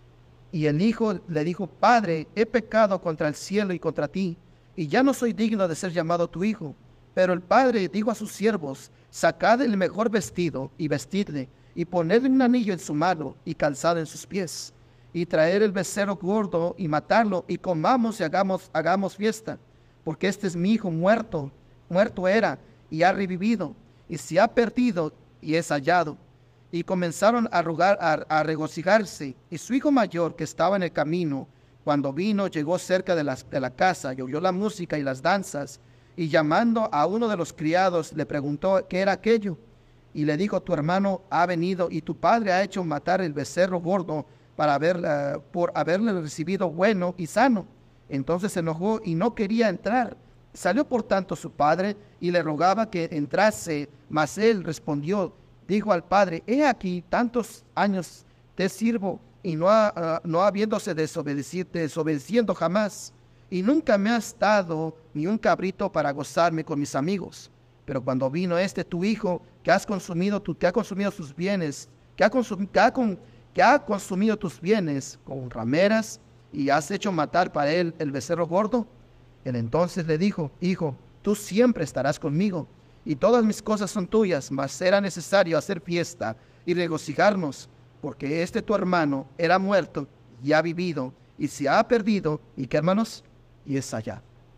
Y el hijo le dijo, Padre, he pecado contra el cielo y contra ti, y ya no soy digno de ser llamado tu hijo. Pero el padre dijo a sus siervos, sacad el mejor vestido, y vestidle, y ponedle un anillo en su mano, y calzado en sus pies, y traer el becerro gordo, y matarlo, y comamos y hagamos, hagamos fiesta, porque este es mi hijo muerto, muerto era, y ha revivido, y se ha perdido, y es hallado. Y comenzaron a, rogar, a, a regocijarse, y su hijo mayor, que estaba en el camino, cuando vino, llegó cerca de, las, de la casa, y oyó la música y las danzas, y llamando a uno de los criados, le preguntó qué era aquello, y le dijo, tu hermano ha venido, y tu padre ha hecho matar el becerro gordo, para haber, uh, por haberle recibido bueno y sano. Entonces se enojó y no quería entrar. Salió por tanto su padre y le rogaba que entrase, mas él respondió, dijo al padre, he aquí tantos años te sirvo y no, ha, uh, no habiéndose desobedecido, desobedeciendo jamás, y nunca me has dado ni un cabrito para gozarme con mis amigos. Pero cuando vino este tu hijo, que has consumido, tu, que ha consumido sus bienes, que ha, consum, que, ha con, que ha consumido tus bienes con rameras, y has hecho matar para él el becerro gordo. Él entonces le dijo, hijo, tú siempre estarás conmigo, y todas mis cosas son tuyas, mas era necesario hacer fiesta y regocijarnos, porque este tu hermano era muerto y ha vivido, y se ha perdido, y qué hermanos, y es allá.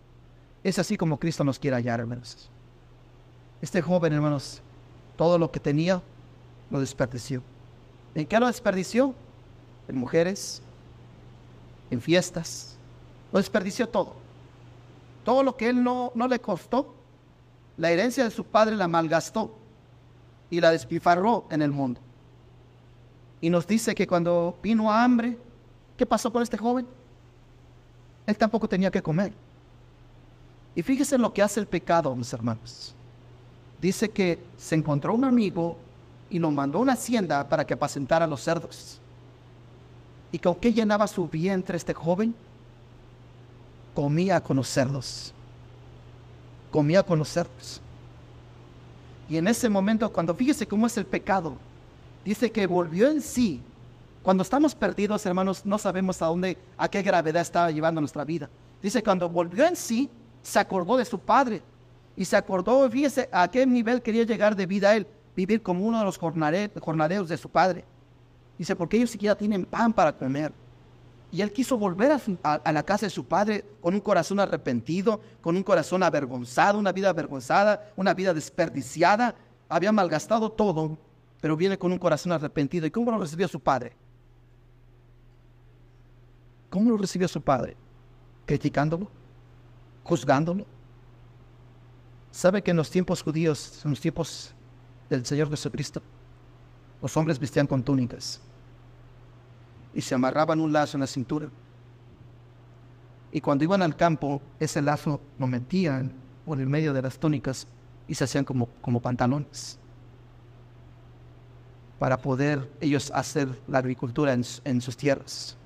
Es así como Cristo nos quiere hallar, hermanos. Este joven, hermanos, todo lo que tenía, lo desperdició. ¿En qué lo desperdició? En mujeres, en fiestas, lo desperdició todo. Todo lo que él no, no le costó, la herencia de su padre la malgastó y la despilfarró en el mundo. Y nos dice que cuando vino a hambre, ¿qué pasó con este joven? Él tampoco tenía que comer. Y fíjese en lo que hace el pecado, mis hermanos. Dice que se encontró un amigo y lo mandó a una hacienda para que apacentara a los cerdos. ¿Y con qué llenaba su vientre este joven? Comía con los cerdos. Comía con los cerdos. Y en ese momento, cuando fíjese cómo es el pecado, dice que volvió en sí. Cuando estamos perdidos, hermanos, no sabemos a dónde, a qué gravedad estaba llevando nuestra vida. Dice, cuando volvió en sí, se acordó de su padre. Y se acordó, fíjese, a qué nivel quería llegar de vida él. Vivir como uno de los jornaleros de su padre. Dice, porque ellos siquiera tienen pan para comer. Y él quiso volver a, su, a, a la casa de su padre con un corazón arrepentido, con un corazón avergonzado, una vida avergonzada, una vida desperdiciada. Había malgastado todo, pero viene con un corazón arrepentido. ¿Y cómo lo recibió su padre? ¿Cómo lo recibió su padre? Criticándolo, juzgándolo. ¿Sabe que en los tiempos judíos, en los tiempos del Señor Jesucristo, los hombres vestían con túnicas y se amarraban un lazo en la cintura? Y cuando iban al campo, ese lazo lo metían por el medio de las túnicas y se hacían como, como pantalones para poder ellos hacer la agricultura en, en sus tierras.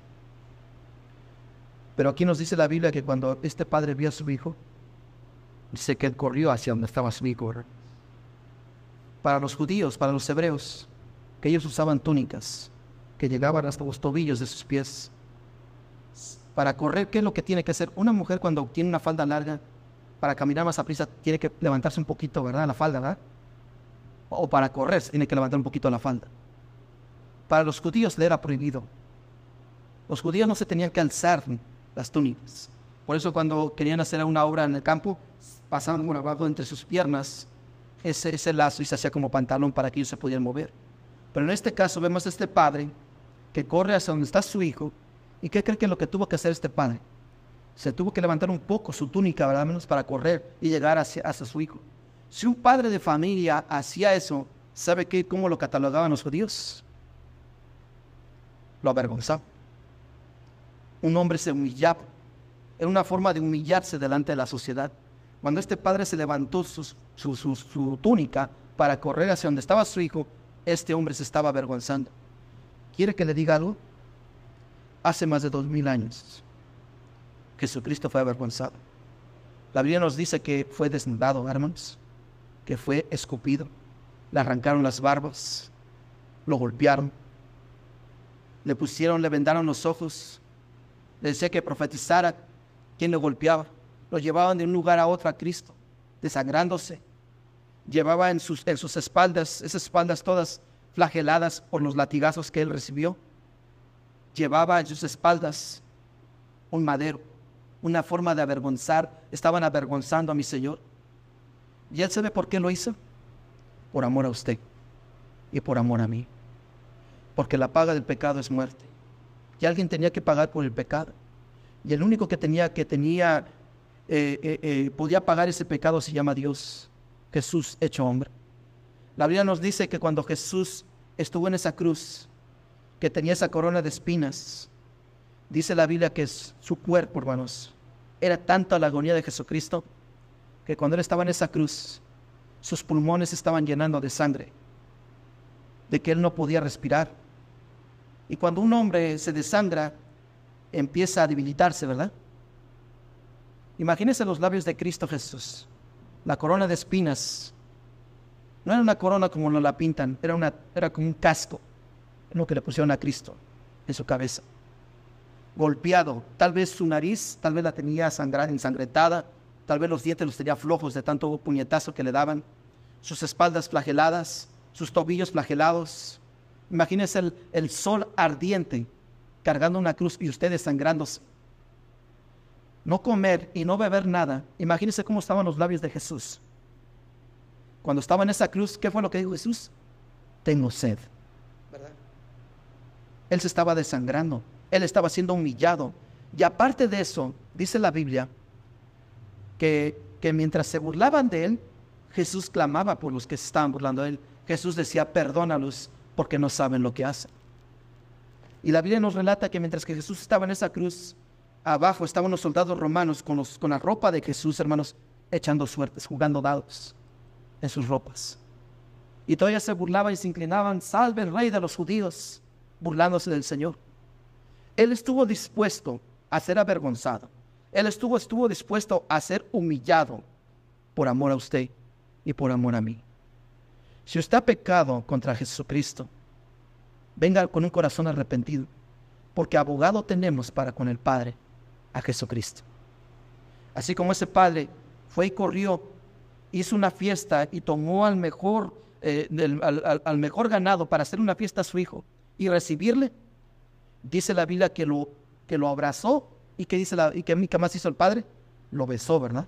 Pero aquí nos dice la Biblia que cuando este padre vio a su hijo, dice que él corrió hacia donde estaba su hijo. Para los judíos, para los hebreos, que ellos usaban túnicas que llegaban hasta los tobillos de sus pies. Para correr, ¿qué es lo que tiene que hacer? Una mujer cuando tiene una falda larga, para caminar más aprisa, tiene que levantarse un poquito, ¿verdad? La falda, ¿verdad? O para correr, tiene que levantar un poquito la falda. Para los judíos le era prohibido. Los judíos no se tenían que alzar las túnicas. Por eso cuando querían hacer una obra en el campo, pasaban por abajo entre sus piernas ese, ese lazo y se hacía como pantalón para que ellos se pudieran mover. Pero en este caso vemos a este padre que corre hacia donde está su hijo. ¿Y qué cree que es lo que tuvo que hacer este padre? Se tuvo que levantar un poco su túnica, ¿verdad? Menos para correr y llegar hacia, hacia su hijo. Si un padre de familia hacía eso, ¿sabe qué? ¿Cómo lo catalogaban los judíos? Lo avergonzaba. Un hombre se humillaba. Era una forma de humillarse delante de la sociedad. Cuando este padre se levantó su, su, su, su túnica para correr hacia donde estaba su hijo, este hombre se estaba avergonzando. ¿Quiere que le diga algo? Hace más de dos mil años, Jesucristo fue avergonzado. La Biblia nos dice que fue desnudado, hermanos, que fue escupido, le arrancaron las barbas, lo golpearon, le pusieron, le vendaron los ojos, le decía que profetizara quien le golpeaba, lo llevaban de un lugar a otro a Cristo, desangrándose, llevaba en sus, en sus espaldas, esas espaldas todas flageladas por los latigazos que él recibió, llevaba en sus espaldas un madero, una forma de avergonzar, estaban avergonzando a mi Señor. ¿Y él sabe por qué lo hizo? Por amor a usted y por amor a mí. Porque la paga del pecado es muerte. Y alguien tenía que pagar por el pecado. Y el único que tenía, que tenía, eh, eh, eh, podía pagar ese pecado se llama Dios, Jesús hecho hombre. La Biblia nos dice que cuando Jesús estuvo en esa cruz, que tenía esa corona de espinas, dice la Biblia que su cuerpo, hermanos, era tanta la agonía de Jesucristo, que cuando él estaba en esa cruz, sus pulmones estaban llenando de sangre, de que él no podía respirar. Y cuando un hombre se desangra, empieza a debilitarse, ¿verdad? Imagínense los labios de Cristo Jesús, la corona de espinas. No era una corona como nos la pintan, era, una, era como un casco, en lo que le pusieron a Cristo en su cabeza. Golpeado, tal vez su nariz, tal vez la tenía sangrada, ensangrentada, tal vez los dientes los tenía flojos de tanto puñetazo que le daban, sus espaldas flageladas, sus tobillos flagelados. Imagínense el, el sol ardiente cargando una cruz y ustedes sangrándose. No comer y no beber nada. Imagínense cómo estaban los labios de Jesús. Cuando estaba en esa cruz, ¿qué fue lo que dijo Jesús? Tengo sed. ¿Verdad? Él se estaba desangrando. Él estaba siendo humillado. Y aparte de eso, dice la Biblia, que, que mientras se burlaban de él, Jesús clamaba por los que se estaban burlando de él. Jesús decía, perdónalos porque no saben lo que hacen. Y la Biblia nos relata que mientras que Jesús estaba en esa cruz, abajo estaban los soldados romanos con, los, con la ropa de Jesús, hermanos, echando suertes, jugando dados en sus ropas. Y todavía se burlaban y se inclinaban, salve el rey de los judíos, burlándose del Señor. Él estuvo dispuesto a ser avergonzado. Él estuvo, estuvo dispuesto a ser humillado por amor a usted y por amor a mí. Si usted ha pecado contra Jesucristo, venga con un corazón arrepentido, porque abogado tenemos para con el Padre, a Jesucristo. Así como ese padre fue y corrió, hizo una fiesta y tomó al mejor, eh, del, al, al, al mejor ganado para hacer una fiesta a su hijo y recibirle, dice la Biblia que lo, que lo abrazó y que dice la, y que ¿qué más hizo el padre? Lo besó, ¿verdad?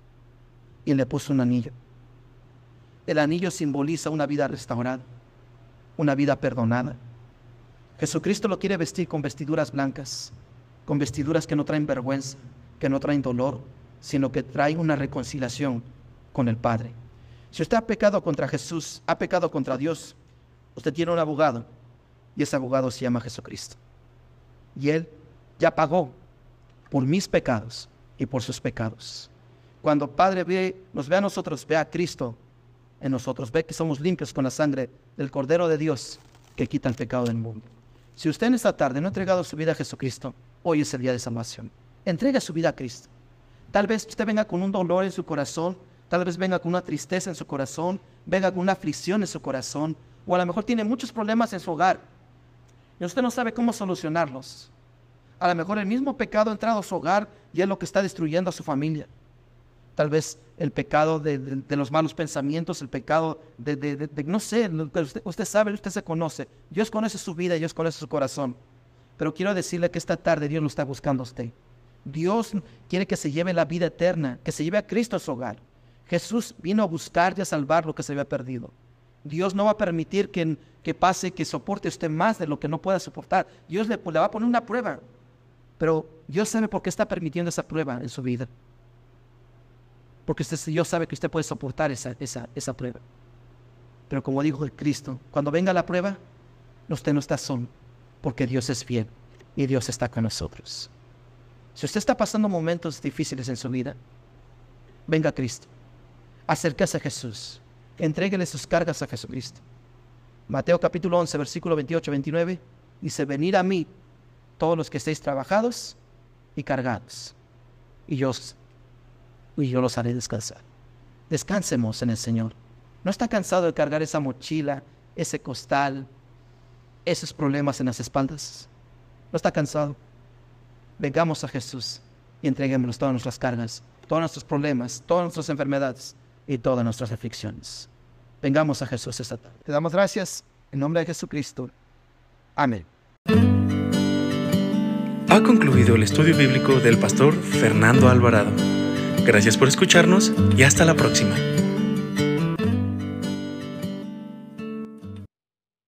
Y le puso un anillo. El anillo simboliza una vida restaurada, una vida perdonada. Jesucristo lo quiere vestir con vestiduras blancas, con vestiduras que no traen vergüenza, que no traen dolor, sino que traen una reconciliación con el Padre. Si usted ha pecado contra Jesús, ha pecado contra Dios, usted tiene un abogado, y ese abogado se llama Jesucristo. Y Él ya pagó por mis pecados y por sus pecados. Cuando el Padre ve, nos ve a nosotros, ve a Cristo en nosotros, ve que somos limpios con la sangre del Cordero de Dios que quita el pecado del mundo. Si usted en esta tarde no ha entregado su vida a Jesucristo, hoy es el día de salvación. Entregue su vida a Cristo. Tal vez usted venga con un dolor en su corazón, tal vez venga con una tristeza en su corazón, venga con una aflicción en su corazón, O a lo mejor tiene muchos problemas en su hogar y usted no sabe cómo solucionarlos. A lo mejor el mismo pecado ha entrado a su hogar y es lo que está destruyendo a su familia. Tal vez el pecado de, de, de los malos pensamientos, el pecado de, de, de, de no sé, usted, usted sabe, usted se conoce. Dios conoce su vida, Dios conoce su corazón. Pero quiero decirle que esta tarde Dios lo está buscando a usted. Dios quiere que se lleve la vida eterna, que se lleve a Cristo a su hogar. Jesús vino a buscar y a salvar lo que se había perdido. Dios no va a permitir que, que pase, que soporte usted más de lo que no pueda soportar. Dios le, le va a poner una prueba. Pero Dios sabe por qué está permitiendo esa prueba en su vida. Porque usted, Dios sabe que usted puede soportar esa, esa, esa prueba. Pero como dijo el Cristo, cuando venga la prueba, usted no está solo, porque Dios es fiel y Dios está con nosotros. Si usted está pasando momentos difíciles en su vida, venga a Cristo. Acérquese a Jesús. Entréguele sus cargas a Jesucristo. Mateo capítulo once, versículo veintiocho a veintinueve, dice, venid a mí todos los que estéis trabajados y cargados, y yo, y yo los haré descansar. Descansemos en el Señor. ¿No está cansado de cargar esa mochila, ese costal, esos problemas en las espaldas? ¿No está cansado? Vengamos a Jesús y entreguémonos todas nuestras cargas, todos nuestros problemas, todas nuestras enfermedades y todas nuestras aflicciones. Vengamos a Jesús esta tarde. Te damos gracias en nombre de Jesucristo. Amén. Ha concluido el estudio bíblico del pastor Fernando Alvarado. Gracias por escucharnos y hasta la próxima.